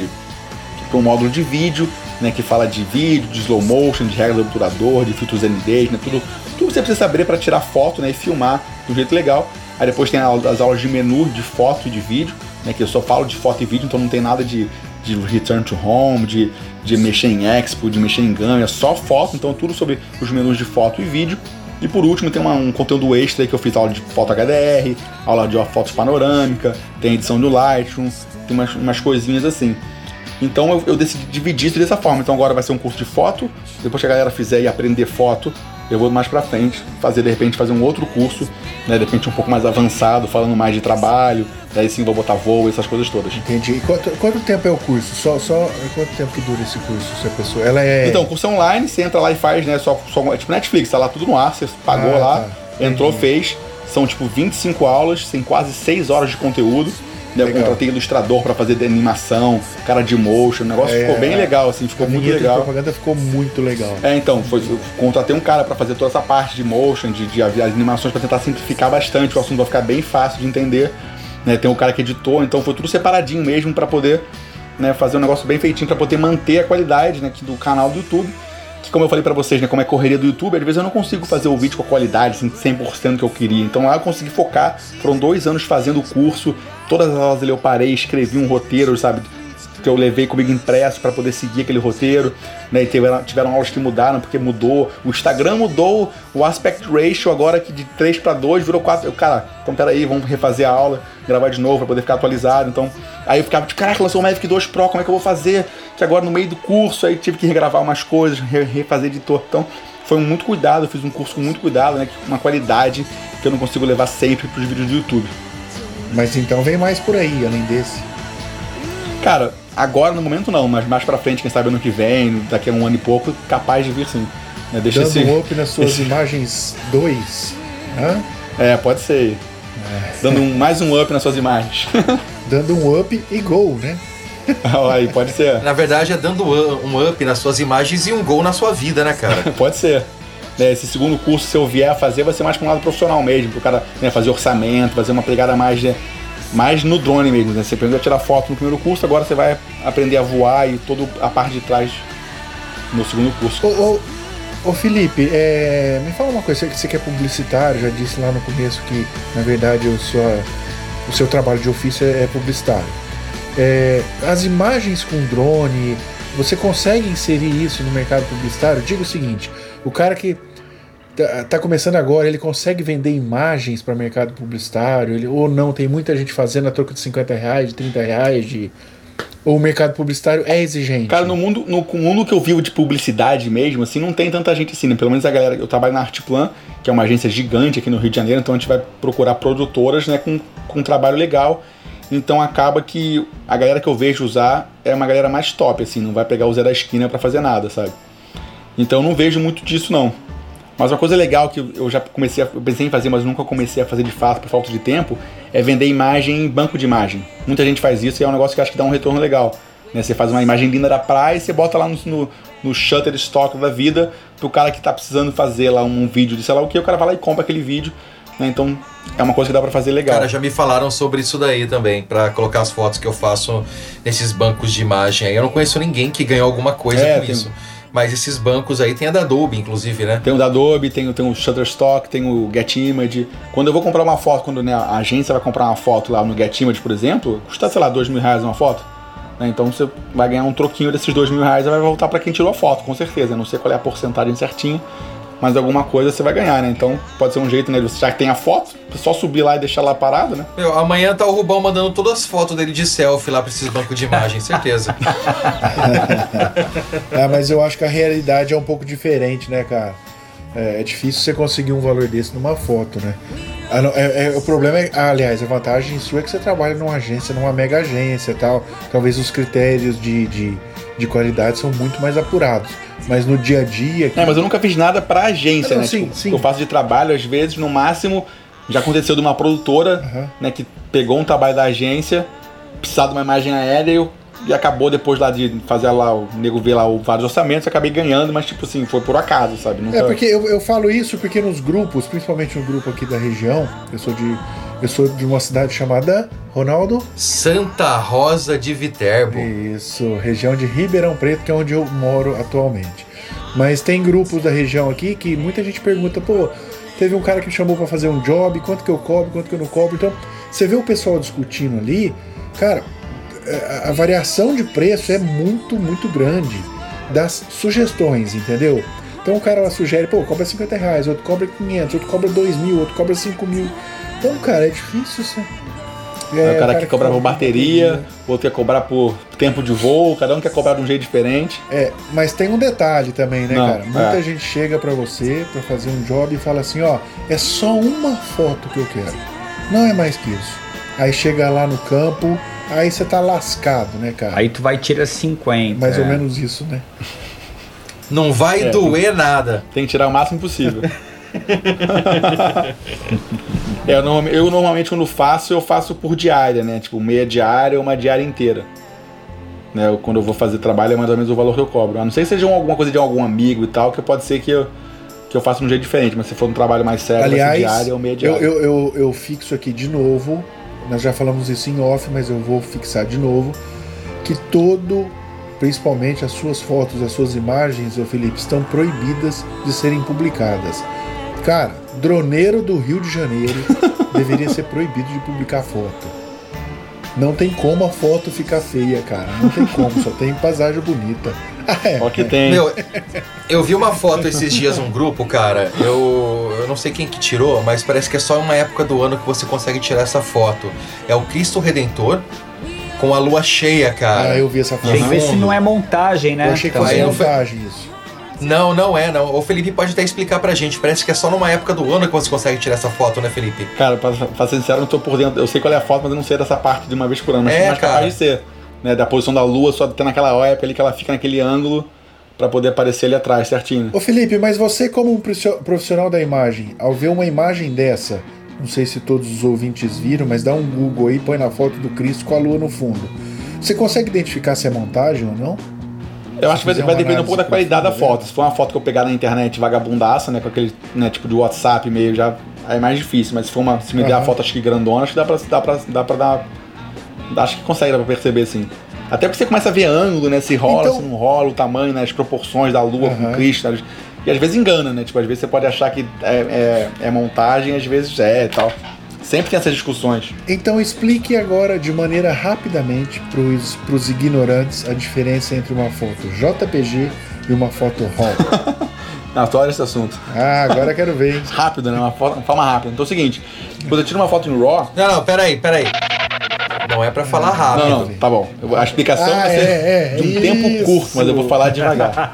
para um módulo de vídeo, né, que fala de vídeo, de slow motion, de regras do obturador, de filtros ND, né, tudo que você precisa saber para tirar foto, né, e filmar de um jeito legal. Aí depois tem as aulas de menu, de foto e de vídeo, né, que eu só falo de foto e vídeo, então não tem nada de return to home, de mexer em expo, de mexer em GAN, é só foto, então tudo sobre os menus de foto e vídeo. E por último tem um conteúdo extra aí que eu fiz aula de foto HDR, aula de foto panorâmica, tem edição do Lightroom, tem umas coisinhas assim. Então eu decidi dividir isso dessa forma. Então agora vai ser um curso de foto, depois que a galera fizer e aprender foto, eu vou mais pra frente de repente fazer um outro curso né? De repente um pouco mais avançado, falando mais de trabalho, daí sim vou botar voo, essas coisas todas. Entendi. E quanto tempo é o curso? Só quanto tempo que dura esse curso? Se a pessoa, ela é... Então, o curso é online, você entra lá e faz, né? Só tipo Netflix, tá lá tudo no ar, você pagou lá, entrou, fez. São tipo 25 aulas, tem quase 6 horas de conteúdo. Eu contratei ilustrador pra fazer de animação, cara de motion, o negócio ficou bem legal, assim, ficou muito legal. A propaganda ficou muito legal. Então, contratei um cara pra fazer toda essa parte de motion, de as animações, pra tentar simplificar bastante, o assunto vai ficar bem fácil de entender. Né? Tem um cara que editou, então foi tudo separadinho mesmo pra poder, né, fazer um negócio bem feitinho, pra poder manter a qualidade, né, do canal do YouTube. Que, como eu falei pra vocês, né, como é correria do YouTube, às vezes eu não consigo fazer o vídeo com a qualidade, assim, 100% que eu queria. Então lá eu consegui focar, foram 2 anos fazendo o curso, todas as aulas eu parei, escrevi um roteiro, sabe, que eu levei comigo impresso pra poder seguir aquele roteiro, né, e tiveram aulas que mudaram, porque mudou, o Instagram mudou, o aspect ratio agora que de 3:2 virou 4, cara, então peraí, vamos refazer a aula, gravar de novo pra poder ficar atualizado, então, aí eu ficava, caraca, lançou o Mavic 2 Pro, como é que eu vou fazer? Que agora no meio do curso, aí tive que regravar umas coisas, refazer editor, então foi muito cuidado, eu fiz um curso com muito cuidado, né, com uma qualidade que eu não consigo levar sempre pros vídeos do YouTube. Mas então vem mais por aí, além desse? Cara, agora no momento não, mas mais pra frente, quem sabe ano que vem, daqui a 1 ano e pouco, capaz de vir sim. Né? Deixa dando um up nas suas imagens 2. Pode ser. Dando mais um up nas suas imagens. Dando um up e gol, né? Aí, pode ser. Na verdade é dando um up nas suas imagens e um gol na sua vida, né, cara? Pode ser. Esse segundo curso, se eu vier a fazer, vai ser mais para um lado profissional mesmo, pro cara, né, fazer orçamento, fazer uma pegada mais, né, mais no drone mesmo, né? Você aprendeu a tirar foto no primeiro curso, agora você vai aprender a voar e toda a parte de trás no segundo curso. Ô Felipe, me fala uma coisa, você que é publicitário, já disse lá no começo que, na verdade, o seu trabalho de ofício é publicitário. As imagens com drone, você consegue inserir isso no mercado publicitário? Diga o seguinte, o cara que tá começando agora, ele consegue vender imagens para mercado publicitário, ou não, tem muita gente fazendo a troca de R$50, de R$30, ou o mercado publicitário é exigente? Cara, no mundo que eu vivo de publicidade mesmo, assim, não tem tanta gente assim, né? Pelo menos a galera, eu trabalho na Artplan, que é uma agência gigante aqui no Rio de Janeiro, então a gente vai procurar produtoras, né, com um trabalho legal. Então acaba que a galera que eu vejo usar é uma galera mais top, assim, não vai pegar o Zé da esquina pra fazer nada, sabe? Então eu não vejo muito disso, não. Mas uma coisa legal que eu já eu pensei em fazer, mas nunca comecei a fazer de fato por falta de tempo, é vender imagem em banco de imagem. Muita gente faz isso e é um negócio que eu acho que dá um retorno legal. Né? Você faz uma imagem linda da praia e você bota lá no Shutterstock da vida pro cara que tá precisando fazer lá um vídeo de sei lá o que, o cara vai lá e compra aquele vídeo. Né? Então é uma coisa que dá pra fazer legal. Cara, já me falaram sobre isso daí também, pra colocar as fotos que eu faço nesses bancos de imagem aí. Eu não conheço ninguém que ganhou alguma coisa com isso. Mas esses bancos aí tem a da Adobe, inclusive, né? Tem o da Adobe, tem o Shutterstock, tem o Getimage. Quando eu vou comprar uma foto, quando, né, a agência vai comprar uma foto lá no Getimage, por exemplo, custa, sei lá, R$2.000 uma foto. Né? Então você vai ganhar um troquinho desses R$2.000 e vai voltar pra quem tirou a foto, com certeza. Eu não sei qual é a porcentagem certinha, mas alguma coisa você vai ganhar, né? Então pode ser um jeito, né? Você já que tem a foto, só subir lá e deixar lá parado, né? Meu, amanhã tá o Rubão mandando todas as fotos dele de selfie lá pra esses bancos de imagem, certeza. Mas eu acho que a realidade é um pouco diferente, né, cara? É difícil você conseguir um valor desse numa foto, né? O problema é, aliás, a vantagem sua é que você trabalha numa agência, numa mega agência e tal. Talvez os critérios de qualidade são muito mais apurados. Mas no dia a dia... mas eu nunca fiz nada pra agência, né? Sim, tipo, sim. Eu faço de trabalho, às vezes, no máximo, já aconteceu de uma produtora, né, que pegou um trabalho da agência, precisava de uma imagem aérea e acabou depois lá de fazer lá, o nego ver lá vários orçamentos, acabei ganhando, mas tipo assim, foi por acaso, sabe? Nunca... porque eu falo isso porque nos grupos, principalmente no grupo aqui da região, eu sou de uma cidade chamada, Ronaldo? Santa Rosa de Viterbo. Isso, região de Ribeirão Preto, que é onde eu moro atualmente. Mas tem grupos da região aqui que muita gente pergunta, pô, teve um cara que me chamou pra fazer um job, quanto que eu cobro, quanto que eu não cobro. Então, você vê o pessoal discutindo ali, cara, a variação de preço é muito, muito grande das sugestões, entendeu? Então o cara lá sugere, pô, cobra R$50, outro cobra 500, outro cobra 2.000, outro cobra 5.000. Então, cara, é difícil O cara quer cobrar por bateria, outro quer cobrar por tempo de voo, cada um quer cobrar de um jeito diferente. Mas tem um detalhe também, né, cara? Muita gente chega pra você pra fazer um job e fala assim, ó, é só uma foto que eu quero. Não é mais que isso. Aí chega lá no campo, aí você tá lascado, né, cara? Aí tu vai tirar 50. Mais ou menos isso, né? Não vai doer nada. Tem que tirar o máximo possível. Eu normalmente quando eu faço por diária, né? Tipo, meia diária ou uma diária inteira. Né? Quando eu vou fazer trabalho é mais ou menos o valor que eu cobro. A não ser que seja alguma coisa de algum amigo e tal, que pode ser que eu faça de um jeito diferente, mas se for um trabalho mais sério, aliás, vai ser diária ou meia diária. Eu fixo aqui de novo, nós já falamos isso em off, mas eu vou fixar de novo, que principalmente as suas fotos, as suas imagens, ô Felipe, estão proibidas de serem publicadas. Cara, droneiro do Rio de Janeiro deveria ser proibido de publicar foto. Não tem como a foto ficar feia, cara. Não tem como, só tem paisagem bonita. Ó que tem. Meu, eu vi uma foto esses dias num grupo, cara. Eu não sei quem que tirou, mas parece que é só uma época do ano que você consegue tirar essa foto. É o Cristo Redentor com a lua cheia, cara. Eu vi essa foto. Tem que ver se não é montagem, né? Eu achei que fosse montagem isso. Não. O Felipe pode até explicar pra gente. Parece que é só numa época do ano que você consegue tirar essa foto, né, Felipe? Cara, pra ser sincero, eu não tô por dentro. Eu sei qual é a foto, mas eu não sei dessa parte de uma vez por ano. Mas mais capaz de ser. Né, da posição da lua, só ter naquela época ali que ela fica naquele ângulo pra poder aparecer ali atrás, certinho. Ô Felipe, mas você como um profissional da imagem, ao ver uma imagem dessa, não sei se todos os ouvintes viram, mas dá um Google aí, põe na foto do Cristo com a lua no fundo. Você consegue identificar se é montagem ou não? Eu acho que vai depender um pouco da qualidade da foto. Se for uma foto que eu pegar na internet vagabundaça, né, com aquele tipo de WhatsApp meio já, é mais difícil. Mas se me der a foto acho que grandona, acho que dá pra dar. Acho que consegue, dá pra perceber, sim. Até porque você começa a ver ângulo, né? Se rola, então, se não rola, o tamanho, né, as proporções da lua com o Cristo. Né, e às vezes engana, né? Tipo, às vezes você pode achar que é montagem, às vezes e tal. Sempre tem essas discussões. Então explique agora de maneira rapidamente pros ignorantes a diferença entre uma foto JPG e uma foto RAW. Adoro esse assunto. Agora eu quero ver, hein? Rápido, né? Uma forma rápida. Então é o seguinte, quando eu tiro uma foto em RAW... Não, peraí. Não é pra falar rápido. Não, tá bom. A explicação vai ser de um tempo curto, mas eu vou falar devagar.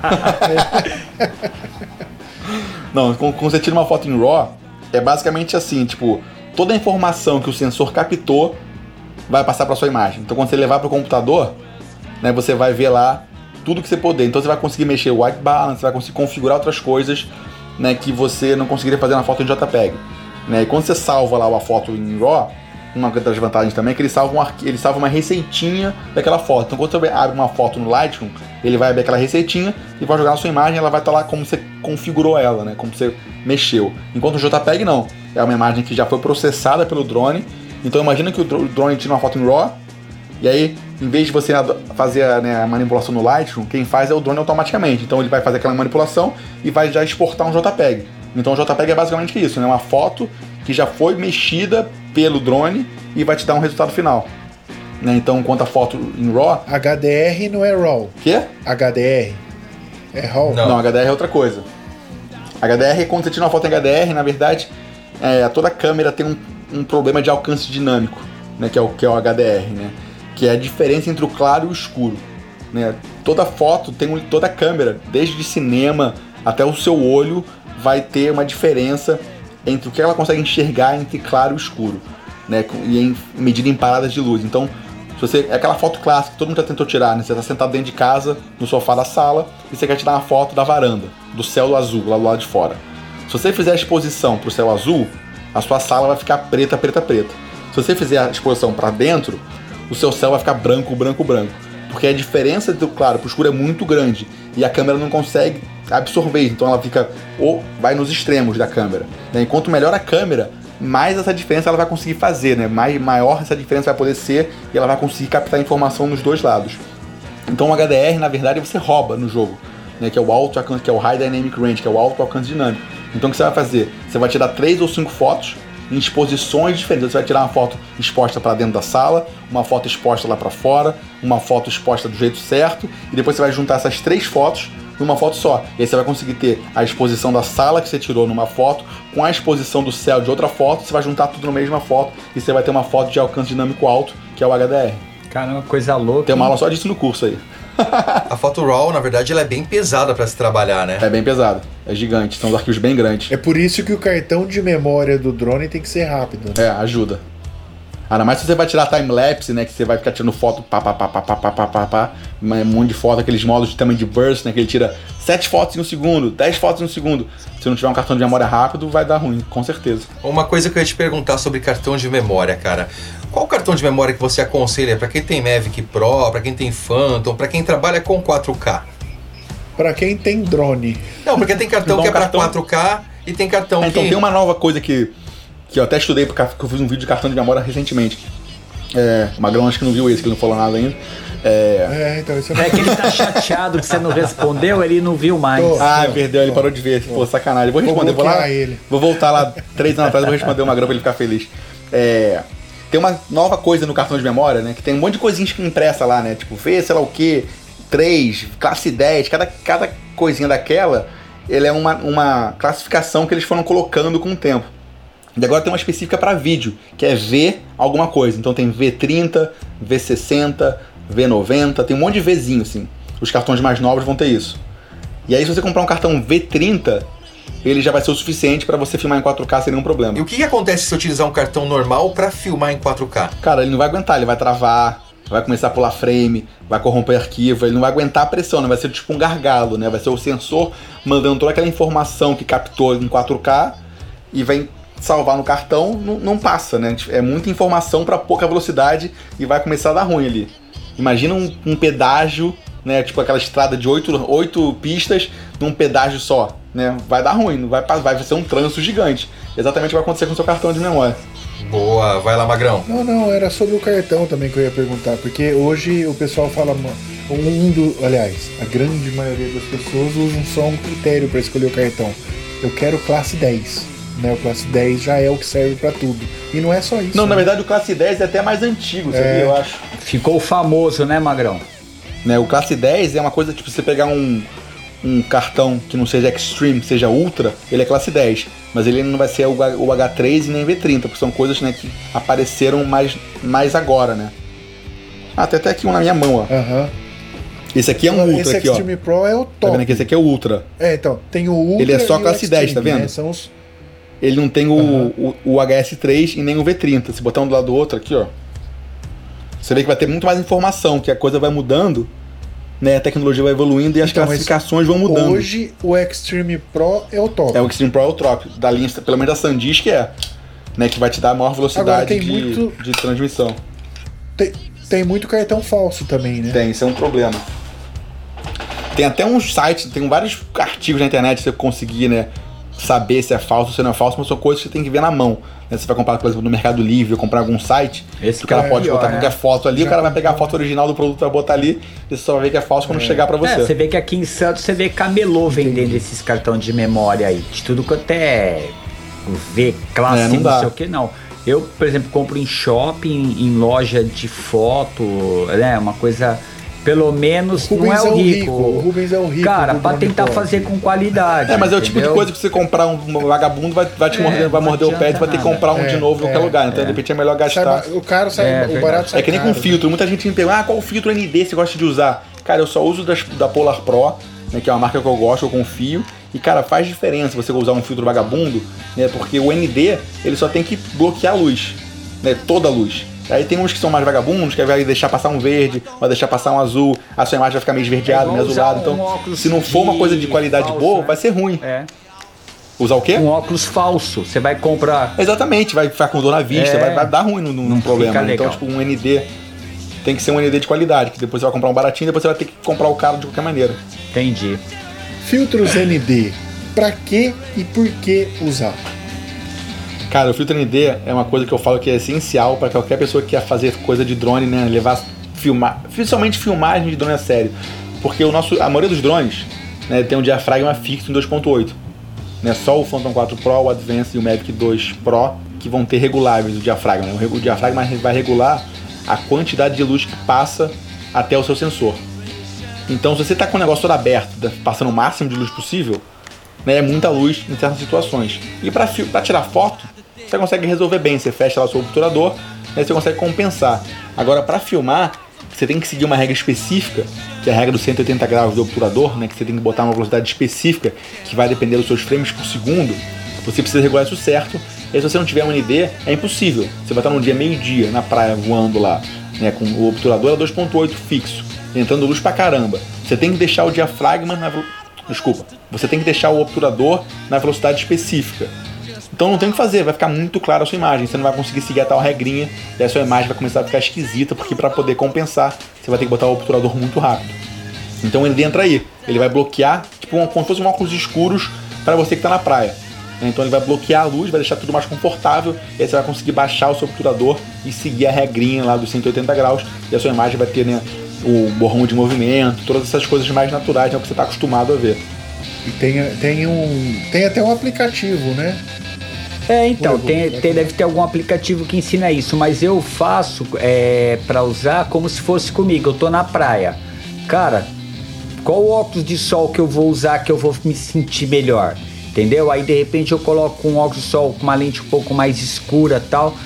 Não, quando você tira uma foto em RAW, é basicamente assim, tipo, toda a informação que o sensor captou vai passar para sua imagem. Então quando você levar para o computador, né, você vai ver lá tudo que você puder. Então você vai conseguir mexer o white balance, você vai conseguir configurar outras coisas, né, que você não conseguiria fazer na foto em JPEG. Né? E quando você salva lá a foto em RAW, uma das vantagens também é que ele salva uma receitinha daquela foto. Então quando você abre uma foto no Lightroom, ele vai abrir aquela receitinha e vai jogar na sua imagem, ela vai estar lá como você configurou ela, né? Como você mexeu. Enquanto o JPEG não. É uma imagem que já foi processada pelo drone. Então imagina que o drone tira uma foto em RAW, e aí, em vez de você fazer a manipulação no Lightroom, quem faz é o drone automaticamente. Então ele vai fazer aquela manipulação e vai já exportar um JPEG. Então o JPEG é basicamente isso, né? Uma foto que já foi mexida pelo drone e vai te dar um resultado final. Né? Então, enquanto a foto em RAW... HDR não é RAW. Quê? HDR. É RAW? Não, HDR é outra coisa. HDR, quando você tira uma foto em HDR, na verdade, toda câmera tem um problema de alcance dinâmico, né? que é o HDR, né? Que é a diferença entre o claro e o escuro. Né? Toda foto, toda câmera, desde cinema até o seu olho, vai ter uma diferença entre o que ela consegue enxergar entre claro e escuro, né? E medida em paradas de luz. Então, é aquela foto clássica que todo mundo já tentou tirar, né? Você está sentado dentro de casa, no sofá da sala, e você quer tirar uma foto da varanda, do céu azul, lá do lado de fora. Se você fizer a exposição para o céu azul, a sua sala vai ficar preta. Se você fizer a exposição para dentro, o seu céu vai ficar branco. Porque a diferença do claro para o escuro é muito grande, e a câmera não consegue absorver, então ela vai nos extremos da câmera, né? E quanto melhor a câmera, mais essa diferença ela vai conseguir fazer, né? Maior essa diferença vai poder ser, e ela vai conseguir captar informação nos dois lados. Então o HDR, na verdade, você rouba no jogo, né? Que é o alto alcance, que é o High Dynamic Range, que é o alto alcance dinâmico. Então o que você vai fazer? Você vai tirar 3 ou 5 fotos em exposições diferentes. Você vai tirar uma foto exposta para dentro da sala, uma foto exposta lá para fora, uma foto exposta do jeito certo, e depois você vai juntar essas 3 fotos numa foto só. E aí você vai conseguir ter a exposição da sala que você tirou numa foto com a exposição do céu de outra foto, você vai juntar tudo na mesma foto e você vai ter uma foto de alcance dinâmico alto, que é o HDR. Caramba, coisa louca. Tem uma aula só disso no curso aí. A foto RAW, na verdade, ela é bem pesada pra se trabalhar, né? É bem pesada, é gigante, são os arquivos bem grandes. É por isso que o cartão de memória do drone tem que ser rápido. É, ajuda. Ainda mais se você vai tirar time-lapse, né? Que você vai ficar tirando foto, um monte de foto, aqueles modos de tamanho de burst, né? Que ele tira 7 fotos em um segundo, 10 fotos em um segundo. Se não tiver um cartão de memória rápido, vai dar ruim, com certeza. Uma coisa que eu ia te perguntar sobre cartão de memória, cara. Qual cartão de memória que você aconselha pra quem tem Mavic Pro, pra quem tem Phantom, pra quem trabalha com 4K? Pra quem tem drone. Não, porque tem cartão que é pra 4K e tem cartão que... Então tem uma nova coisa que eu até estudei, porque eu fiz um vídeo de cartão de memória recentemente. O Magrão acho que não viu esse, que ele não falou nada ainda. Então isso É que ele tá chateado que você não respondeu, ele não viu mais. Perdeu, ele parou de ver. Pô, sacanagem. Vou responder, vou voltar lá 3 anos atrás e vou responder o Magrão pra ele ficar feliz. Tem uma nova coisa no cartão de memória, né? Que tem um monte de coisinhas impressa lá, né? Tipo, vê, sei lá o que, 3, classe 10, cada coisinha daquela, ele é uma classificação que eles foram colocando com o tempo. E agora tem uma específica para vídeo, que é V alguma coisa. Então tem V30, V60, V90, tem um monte de Vzinho, assim. Os cartões mais novos vão ter isso. E aí se você comprar um cartão V30, ele já vai ser o suficiente para você filmar em 4K sem nenhum problema. E o que acontece se eu utilizar um cartão normal para filmar em 4K? Cara, ele não vai aguentar, ele vai travar, vai começar a pular frame, vai corromper arquivo, ele não vai aguentar a pressão, né? Vai ser tipo um gargalo, né? Vai ser o sensor mandando toda aquela informação que captou em 4K e vai salvar no cartão, não passa, né? É muita informação para pouca velocidade e vai começar a dar ruim ali. Imagina um pedágio, né? Tipo aquela estrada de 8 pistas num pedágio só, né? Vai dar ruim, vai ser um trânsito gigante. Exatamente o que vai acontecer com o seu cartão de memória. Boa, vai lá, Magrão. Não, era sobre o cartão também que eu ia perguntar, porque hoje o pessoal fala, aliás, a grande maioria das pessoas usam só um critério para escolher o cartão. Eu quero classe 10. Né, o classe 10 já é o que serve pra tudo. E não é só isso. Não, né? Na verdade o classe 10 é até mais antigo, sabia? Eu acho. Ficou famoso, né, Magrão? Né, o classe 10 é uma coisa, tipo, você pegar um cartão que não seja Extreme, seja Ultra, ele é classe 10. Mas ele não vai ser o H3 e nem V30, porque são coisas, né, que apareceram mais agora, né? Tem até aqui um na minha mão, ó. Esse aqui é um Ultra, esse aqui, ó. Esse Extreme Pro é o top. Tá vendo aqui? Esse aqui é o Ultra. Então, tem o Ultra. Ele é só classe 10, tá vendo? Né? São os... Ele não tem o HS3 e nem o V30. Se botar um do lado do outro aqui, ó, você vê que vai ter muito mais informação, que a coisa vai mudando, né? A tecnologia vai evoluindo e as classificações vão mudando. Hoje o Extreme Pro é o top. O Extreme Pro é o top, da linha, pelo menos da SanDisk né? Que vai te dar a maior velocidade de transmissão. Tem muito cartão falso também, né? Tem, isso é um problema. Tem até uns sites, tem vários artigos na internet que você conseguir, né? Saber se é falso ou se não é falso, mas são coisas que você tem que ver na mão. Né? Você vai comprar, por exemplo, no Mercado Livre ou comprar algum site, o cara pode botar qualquer foto ali, o cara vai pegar a foto original do produto, vai botar ali, e você só vai ver que é falso quando chegar pra você. Você vê que aqui em Santos você vê camelô vendendo esses cartões de memória aí, de tudo quanto é V, classe, não sei o que, não. Eu, por exemplo, compro em shopping, em loja de foto, né, uma coisa... Pelo menos não é o rico. O Rubens é o rico. Cara, pra tentar fazer com qualidade. Mas é o tipo de coisa que você comprar um vagabundo vai te morder, vai morder o pé e vai ter que comprar um de novo em qualquer lugar. Então, de repente, é melhor gastar. O caro sai, o barato sai. É que nem com filtro. Muita gente me pergunta, qual filtro ND você gosta de usar? Cara, eu só uso da Polar Pro, né, que é uma marca que eu gosto, eu confio. E, cara, faz diferença você usar um filtro vagabundo, né? Porque o ND, ele só tem que bloquear a luz, né? Toda a luz. Aí tem uns que são mais vagabundos, que vai deixar passar um verde, vai deixar passar um azul, a sua imagem vai ficar meio esverdeada, meio azulada. Então, se não for uma coisa de qualidade boa, vai ser ruim. Usar o quê? Um óculos falso. Você vai comprar... Exatamente, vai ficar com dor na vista, vai dar ruim no problema. Né? Então, tipo, um ND tem que ser um ND de qualidade, que depois você vai comprar um baratinho, depois você vai ter que comprar o caro de qualquer maneira. Entendi. Filtros ND, pra que e por que usar? Cara, o filtro ND é uma coisa que eu falo que é essencial para qualquer pessoa que quer fazer coisa de drone, né? Principalmente filmagem de drone a sério. Porque a maioria dos drones, né, tem um diafragma fixo em 2.8. Né? Só o Phantom 4 Pro, o Advance e o Mavic 2 Pro que vão ter reguláveis o diafragma. Né? O diafragma vai regular a quantidade de luz que passa até o seu sensor. Então, se você tá com o negócio todo aberto, passando o máximo de luz possível, né, é muita luz em certas situações. E pra tirar foto, você consegue resolver bem. Você fecha lá o seu obturador, né, você consegue compensar. Agora, para filmar, você tem que seguir uma regra específica, que é a regra dos 180 graus do obturador, né, que você tem que botar uma velocidade específica, que vai depender dos seus frames por segundo. Você precisa regular isso certo. E se você não tiver um ND, é impossível. Você vai estar num dia meio-dia na praia voando lá, né, com o obturador a 2.8 fixo, entrando luz pra caramba. Você tem que deixar o diafragma Você tem que deixar o obturador na velocidade específica. Então não tem o que fazer, vai ficar muito clara a sua imagem. Você não vai conseguir seguir a tal regrinha e a sua imagem vai começar a ficar esquisita, porque para poder compensar, você vai ter que botar o obturador muito rápido. Então ele entra aí, ele vai bloquear, tipo como se fosse um óculos escuros para você que está na praia. Então ele vai bloquear a luz, vai deixar tudo mais confortável, e aí você vai conseguir baixar o seu obturador e seguir a regrinha lá dos 180 graus, e a sua imagem vai ter, né, o borrão de movimento, todas essas coisas mais naturais, né, que você está acostumado a ver. E tem até um aplicativo, né? Então, deve ter algum aplicativo que ensina isso, mas eu faço para usar como se fosse comigo. Eu tô na praia. Cara, qual o óculos de sol que eu vou usar que eu vou me sentir melhor? Entendeu? Aí de repente eu coloco um óculos de sol com uma lente um pouco mais escura e tal.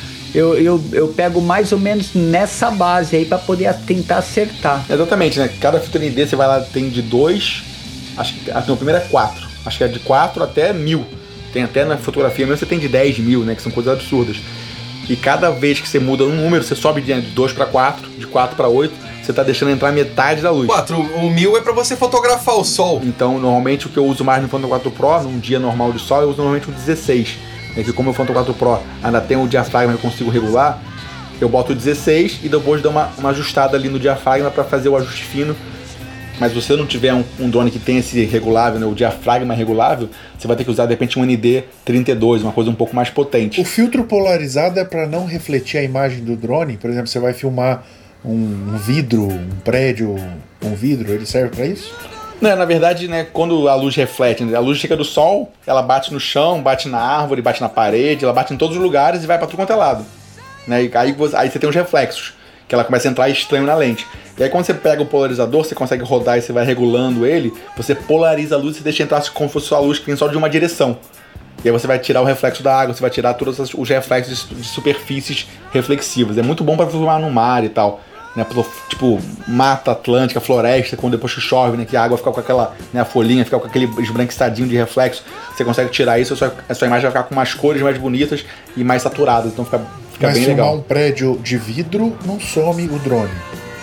Eu pego mais ou menos nessa base aí para poder tentar acertar. Exatamente, né? Cada filtro ND você vai lá, tem de 2, acho que o primeiro é 4. Acho que é de 4 até 1000. Tem até na fotografia mesmo, você tem de 10.000, né? Que são coisas absurdas. E cada vez que você muda um número, você sobe de 2 para 4, de 4 para 8, você tá deixando entrar metade da luz. 1000 é para você fotografar o sol. Então, normalmente, o que eu uso mais no Phantom 4 Pro, num dia normal de sol, eu uso normalmente o 16. É que como o Phantom 4 Pro ainda tem o diafragma que eu consigo regular, eu boto o 16 e depois dou uma ajustada ali no diafragma para fazer o ajuste fino. Mas se você não tiver um drone que tem esse regulável, né, o diafragma regulável, você vai ter que usar de repente um ND32, uma coisa um pouco mais potente. O filtro polarizado é para não refletir a imagem do drone? Por exemplo, você vai filmar um vidro, um prédio, um vidro, ele serve para isso? Não, na verdade, né, quando a luz reflete, né, a luz chega do sol, ela bate no chão, bate na árvore, bate na parede, ela bate em todos os lugares e vai para tudo quanto é lado. Né, e aí você tem os reflexos, que ela começa a entrar estranho na lente. E aí quando você pega o polarizador, você consegue rodar e você vai regulando ele, você polariza a luz e deixa entrar como se fosse a luz que vem só de uma direção. E aí você vai tirar o reflexo da água, você vai tirar todos os reflexos de superfícies reflexivas. É muito bom para filmar no mar e tal. Né, tipo mata atlântica, floresta, quando depois que chove, né, que a água fica com aquela, né, a folhinha fica com aquele esbranquiçadinho de reflexo, você consegue tirar isso, a sua imagem vai ficar com umas cores mais bonitas e mais saturadas, então fica bem legal. Mas um prédio de vidro não some o drone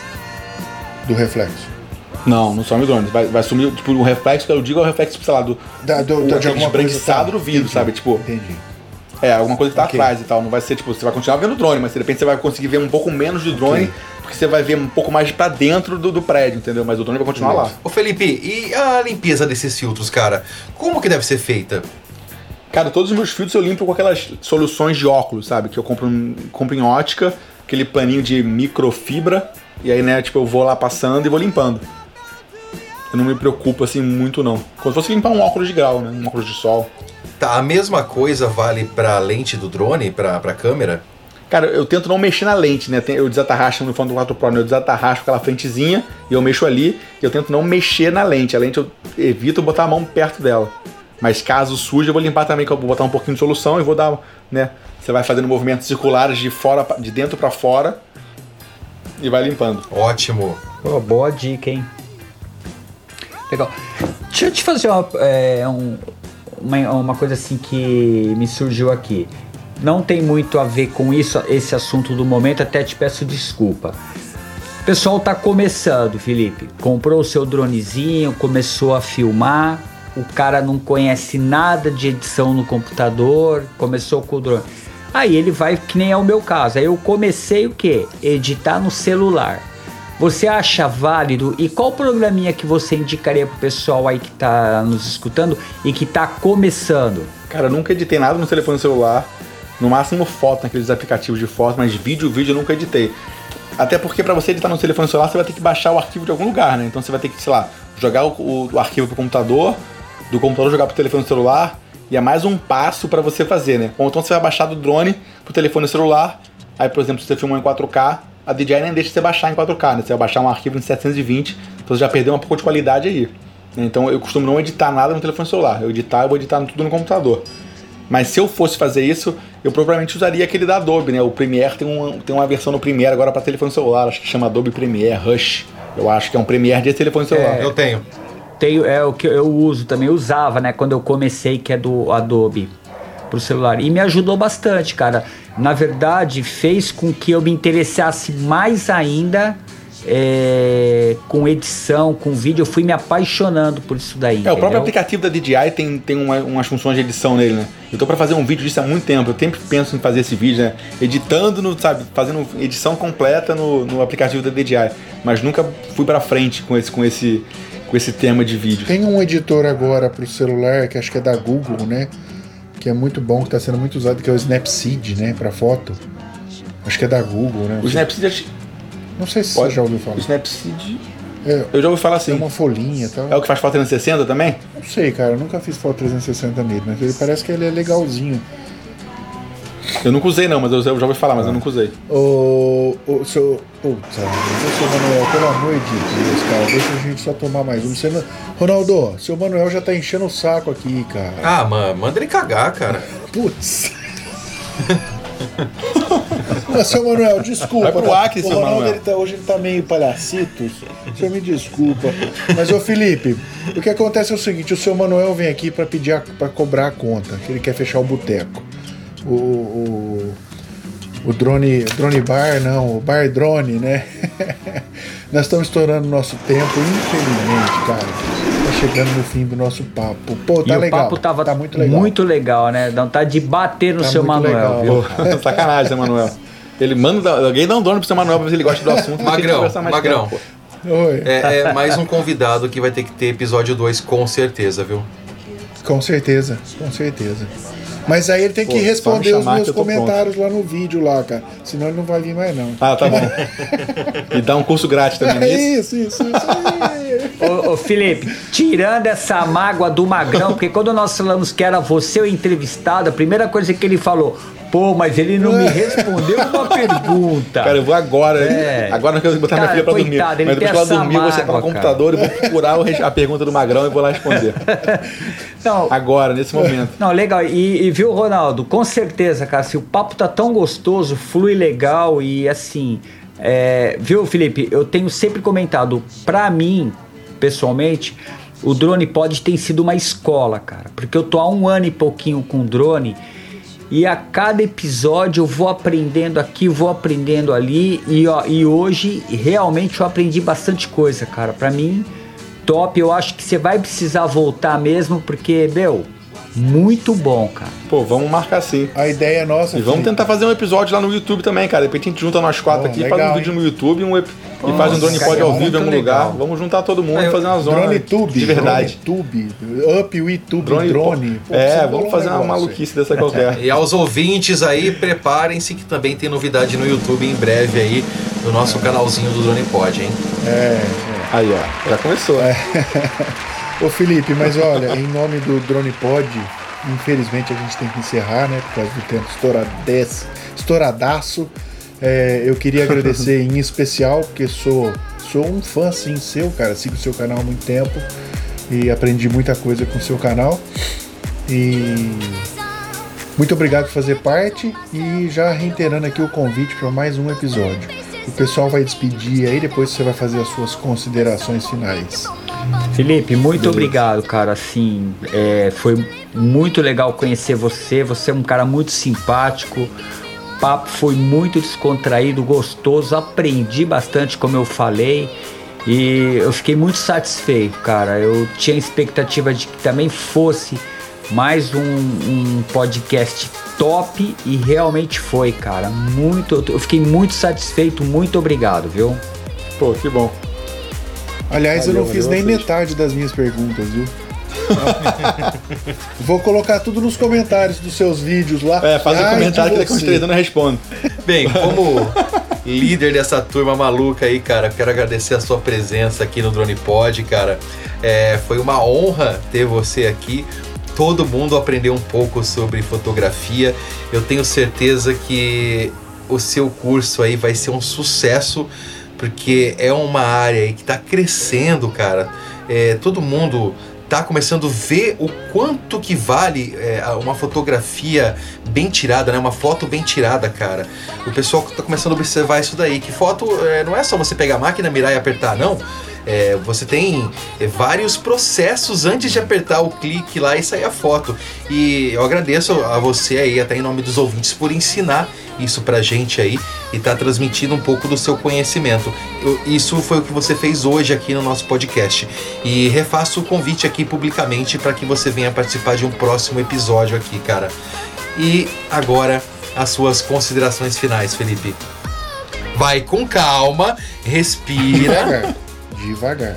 do reflexo? Não some o drone, vai sumir, tipo, o reflexo que eu digo é o reflexo, sei lá, de alguma esbranquiçado do vidro, sabe, tipo... Entendi. Alguma coisa que tá atrás e tal, não vai ser, tipo, você vai continuar vendo o drone, mas de repente você vai conseguir ver um pouco menos de drone, porque você vai ver um pouco mais pra dentro do prédio, entendeu? Mas o drone vai continuar lá. Ô Felipe, e a limpeza desses filtros, cara? Como que deve ser feita? Cara, todos os meus filtros eu limpo com aquelas soluções de óculos, sabe? Que eu compro em ótica, aquele paninho de microfibra, e aí, né, tipo, eu vou lá passando e vou limpando. Eu não me preocupo, assim, muito, não. Como se fosse limpar um óculos de grau, né? Um óculos de sol. Tá, a mesma coisa vale pra lente do drone, pra câmera? Cara, eu tento não mexer na lente, né? Eu desatarracho no Phantom 4 Pro, né? Eu desatarracho aquela frentezinha e eu mexo ali. E eu tento não mexer na lente. A lente eu evito botar a mão perto dela. Mas caso suja, eu vou limpar também, que eu vou botar um pouquinho de solução e vou dar, né? Você vai fazendo movimentos circulares de dentro pra fora e vai limpando. Ótimo. Pô, boa dica, hein? Legal. Deixa eu te fazer uma coisa assim que me surgiu aqui. Não tem muito a ver com isso, esse assunto do momento, até te peço desculpa. O pessoal tá começando, Felipe. Comprou o seu dronezinho, começou a filmar. O cara não conhece nada de edição no computador, começou com o drone. Aí ele vai, que nem é o meu caso. Aí eu comecei o quê? Editar no celular. Você acha válido? E qual programinha que você indicaria pro pessoal aí que tá nos escutando e que tá começando? Cara, eu nunca editei nada no telefone celular. No máximo foto, naqueles aplicativos de foto, mas vídeo eu nunca editei. Até porque pra você editar no telefone celular, você vai ter que baixar o arquivo de algum lugar, né? Então você vai ter que, sei lá, jogar o arquivo pro computador, do computador jogar pro telefone celular, e é mais um passo pra você fazer, né? Ou então você vai baixar do drone pro telefone celular, aí, por exemplo, se você filmou em 4K, a DJI nem deixa você baixar em 4K, né? Você vai baixar um arquivo em 720, então você já perdeu um pouco de qualidade aí. Então eu costumo não editar nada no telefone celular. Eu vou editar tudo no computador. Mas se eu fosse fazer isso, eu provavelmente usaria aquele da Adobe, né? O Premiere tem uma versão no Premiere agora para telefone celular, acho que chama Adobe Premiere Rush. Eu acho que é um Premiere de telefone celular. Eu tenho. É o que eu uso também, usava, né, quando eu comecei, que é do Adobe pro celular. E me ajudou bastante, cara. Na verdade, fez com que eu me interessasse mais ainda com edição, com vídeo. Eu fui me apaixonando por isso daí. O próprio aplicativo da DJI tem umas funções de edição nele, né? Eu tô pra fazer um vídeo disso há muito tempo. Eu sempre penso em fazer esse vídeo, né? Editando, fazendo edição completa no aplicativo da DJI. Mas nunca fui pra frente com esse tema de vídeo. Tem um editor agora pro celular, que acho que é da Google, né? Que é muito bom, que tá sendo muito usado, que é o Snapseed, né? Pra foto. Acho que é da Google, né? O Snapseed... Não sei se você já ouviu falar. O Snapseed... eu já ouvi falar assim. É uma folhinha e tal. É o que faz foto 360 também? Não sei, cara. Eu nunca fiz foto 360 nele, mas ele parece que ele é legalzinho. Eu nunca usei não, mas eu já ouvi falar, mas eu nunca usei. Seu Manuel, pelo amor de Deus, cara, deixa a gente só tomar mais um. Ronaldo, seu Manuel já tá enchendo o saco aqui, cara. Ah, mano, manda ele cagar, cara. Putz. Seu Manuel, desculpa. Vai pro Acre, seu Manuel. Hoje ele tá meio palhacito. O senhor me desculpa. Mas, ô Felipe, o que acontece é o seguinte: o seu Manuel vem aqui pra pedir pra cobrar a conta, que ele quer fechar o boteco. O drone bar, não, o bar drone, né? Nós estamos estourando o nosso tempo, infelizmente, cara. Tá chegando no fim do nosso papo. Pô, tá legal. O papo tava tá muito legal. Muito legal, né? Dá vontade de bater no tá seu Manuel, viu? Sacanagem, seu Manuel. Ele manda alguém dá um drone pro seu Manuel pra ver se ele gosta do assunto. Magrão. Oi. É mais um convidado que vai ter que ter episódio 2, com certeza, viu? Com certeza. Mas aí ele tem que responder os meus comentários lá no vídeo lá, cara. Senão ele não vai vir mais, não. Ah, tá bom. E dá um curso grátis também, é isso aí. Ô, Felipe, tirando essa mágoa do Magrão, porque quando nós falamos que era você o entrevistado, a primeira coisa que ele falou: pô, mas ele não me respondeu uma pergunta. Cara, eu vou agora. Agora não quero botar minha filha pra dormir. Mas depois que ela dormir, eu vou sentar no computador e vou procurar a pergunta do Magrão e vou lá responder. Não, agora, nesse momento. Não, legal. E viu, Ronaldo, com certeza, cara, se o papo tá tão gostoso, flui legal e assim... viu, Felipe, eu tenho sempre comentado, pra mim, pessoalmente, o Drone Pod tem sido uma escola, cara. Porque eu tô há 1 ano e pouquinho com drone... E a cada episódio eu vou aprendendo aqui, vou aprendendo ali. E hoje realmente eu aprendi bastante coisa, cara. Pra mim, top. Eu acho que você vai precisar voltar mesmo, porque, muito bom, cara. Pô, vamos marcar sim. A ideia é nossa. E vamos tentar fazer um episódio lá no YouTube também, cara. De repente a gente junta nós 4 aqui, legal, faz um vídeo no YouTube e faz um Drone Pod ao vivo em algum lugar. Vamos juntar todo mundo e fazer uma zona Drone Tube, de verdade. Drone Up o YouTube, drone. Pô, vamos fazer uma maluquice dessa qualquer. E aos ouvintes aí, preparem-se que também tem novidade no YouTube em breve aí, no nosso canalzinho do Drone Pod, hein? Aí, ó, já começou. Ô Felipe, mas olha, em nome do Drone Pod, infelizmente a gente tem que encerrar, né? Por causa do tempo estouradaço. Eu queria agradecer em especial, porque sou um fã sim seu, cara. Sigo o seu canal há muito tempo e aprendi muita coisa com o seu canal. E muito obrigado por fazer parte. E já reiterando aqui o convite para mais um episódio. O pessoal vai despedir aí, depois você vai fazer as suas considerações finais. Felipe, muito obrigado, cara. Assim, foi muito legal conhecer você. Você é um cara muito simpático. O papo foi muito descontraído, gostoso. Aprendi bastante, como eu falei. E eu fiquei muito satisfeito, cara. Eu tinha expectativa de que também fosse mais um podcast top e realmente foi, cara. Eu fiquei muito satisfeito. Muito obrigado, viu? Pô, que bom. Aliás, eu não fiz nem metade das minhas perguntas, viu? Vou colocar tudo nos comentários dos seus vídeos lá. Faz um comentário que daqui uns 3 anos eu respondo. Bem, como líder dessa turma maluca aí, cara, quero agradecer a sua presença aqui no Drone Pod, cara. Foi uma honra ter você aqui. Todo mundo aprendeu um pouco sobre fotografia. Eu tenho certeza que o seu curso aí vai ser um sucesso, porque é uma área aí que tá crescendo, cara. Todo mundo tá começando a ver o quanto que vale uma fotografia bem tirada, né? Uma foto bem tirada, cara. O pessoal tá começando a observar isso daí, que foto não é só você pegar a máquina, mirar e apertar, não. Você tem vários processos antes de apertar o clique lá e sair a foto. E eu agradeço a você aí, até em nome dos ouvintes, por ensinar isso pra gente aí e tá transmitindo um pouco do seu conhecimento. Isso foi o que você fez hoje aqui no nosso podcast. E refaço o convite aqui publicamente para que você venha participar de um próximo episódio aqui, cara. E agora, as suas considerações finais, Felipe. Vai com calma, respira. Devagar.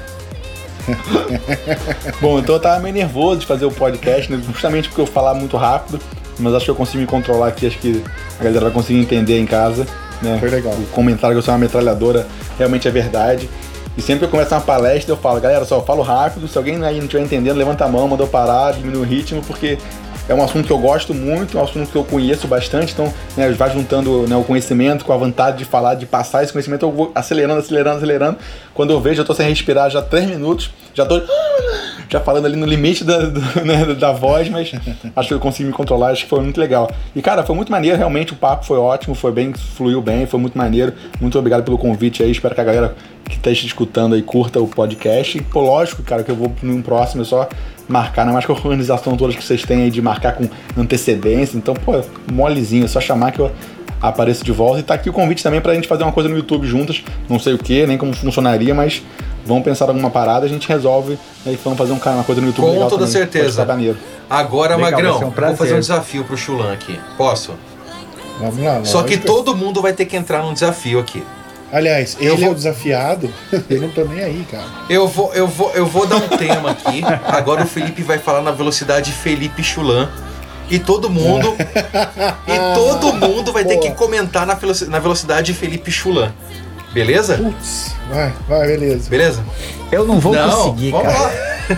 Bom, então eu tava meio nervoso de fazer o podcast, né? Justamente porque eu falar muito rápido, mas acho que eu consigo me controlar aqui, acho que a galera vai conseguir entender em casa, né? Foi legal. O comentário que eu sou uma metralhadora realmente é verdade. E sempre que eu começo uma palestra, eu falo, galera, só eu falo rápido, se alguém aí não estiver entendendo, levanta a mão, manda eu parar, diminui o ritmo, porque é um assunto que eu gosto muito, é um assunto que eu conheço bastante, então, né, vai juntando, né, o conhecimento com a vontade de falar, de passar esse conhecimento, eu vou acelerando. Quando eu vejo, eu tô sem respirar já 3 minutos, já tô falando ali no limite da voz, mas acho que eu consegui me controlar, acho que foi muito legal. E, cara, foi muito maneiro, realmente, o papo foi ótimo, fluiu bem, foi muito maneiro. Muito obrigado pelo convite aí, espero que a galera que tá escutando aí curta o podcast. E, pô, lógico, cara, que eu vou num próximo, é só marcar, não é mais que a organização toda que vocês têm aí de marcar com antecedência, então, pô, molezinho, é só chamar que eu apareço de volta. E tá aqui o convite também pra gente fazer uma coisa no YouTube juntas, não sei o que, nem como funcionaria, mas vamos pensar em alguma parada, a gente resolve, né, e vamos fazer uma coisa no YouTube com legal toda também, certeza. Agora, legal, Magrão, vou fazer um desafio pro Chulan aqui, posso? Vamos lá. Só que todo mundo vai ter que entrar num desafio aqui. Aliás, ele é o desafiado, eu não tô nem aí, cara. Eu vou dar um tema aqui. Agora o Felipe vai falar na velocidade Felipe Chulan. E todo mundo vai ter que comentar na velocidade Felipe Chulan. Beleza? Putz, vai, beleza. Beleza? Eu não vou conseguir, vamos cara.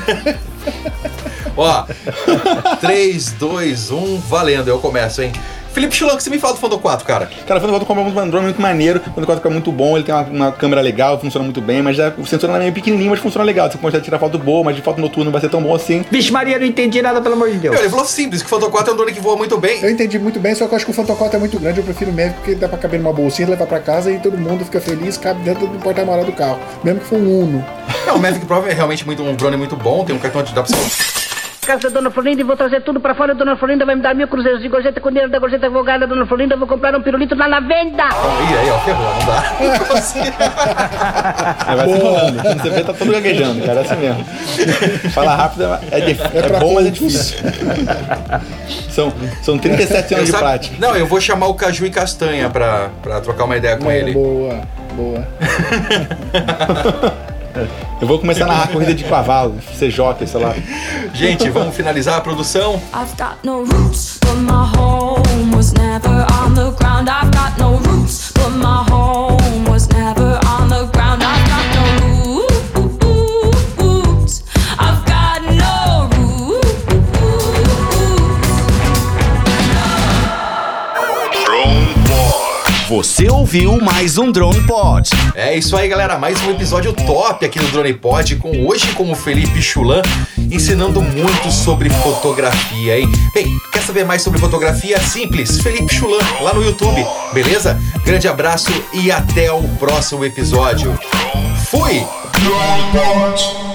Lá. Ó, 3, 2, 1, valendo, eu começo, hein? Felipe Chulan, o que você me fala do Phantom 4, cara? Cara, o Phantom 4 é um drone muito maneiro, o Phantom 4 é muito bom, ele tem uma câmera legal, funciona muito bem, mas o sensor é meio pequenininho, mas funciona legal. Você pode tirar foto boa, mas de foto noturna não vai ser tão bom assim. Vixe Maria, não entendi nada, pelo amor de Deus. Ele falou simples, que o Phantom 4 é um drone que voa muito bem. Eu entendi muito bem, só que eu acho que o Phantom 4 é muito grande, eu prefiro o Mavic, porque dá pra caber numa bolsinha, levar pra casa e todo mundo fica feliz, cabe dentro do porta-malas do carro, mesmo que for um Uno. O Mavic Pro é realmente um drone muito bom, tem um cartão de... dá pra você... Casa da Dona Florinda e vou trazer tudo pra fora. A Dona Florinda vai me dar 1000 cruzeiros de gorjeta. Com o dinheiro da gorjeta vou ganhar da Dona Florinda. Vou comprar um pirulito lá na venda. Aí, ó, ferrou, não dá. Vai se enrolando. Quando você vê, tá todo gaguejando, cara. É assim mesmo. Falar rápido é bom, mas é difícil. São 37 anos de prática. Não, eu vou chamar o Caju e Castanha pra trocar uma ideia com ele. Boa. Eu vou começar a narrar corrida de cavalo, ser jockey, sei lá. Gente, vamos finalizar a produção? I've got no roots, but my home was never on the ground. I've got no roots, but my home was never on the ground. I've got no roots. I've got no roots. Drone Pod. Você ouviu mais um Drone Pod. É isso aí, galera, mais um episódio top aqui do Drone Pod, hoje com o Felipe Chulan, ensinando muito sobre fotografia, hein? Bem, quer saber mais sobre fotografia? Simples, Felipe Chulan, lá no YouTube, beleza? Grande abraço e até o próximo episódio. Fui! Drone Pod.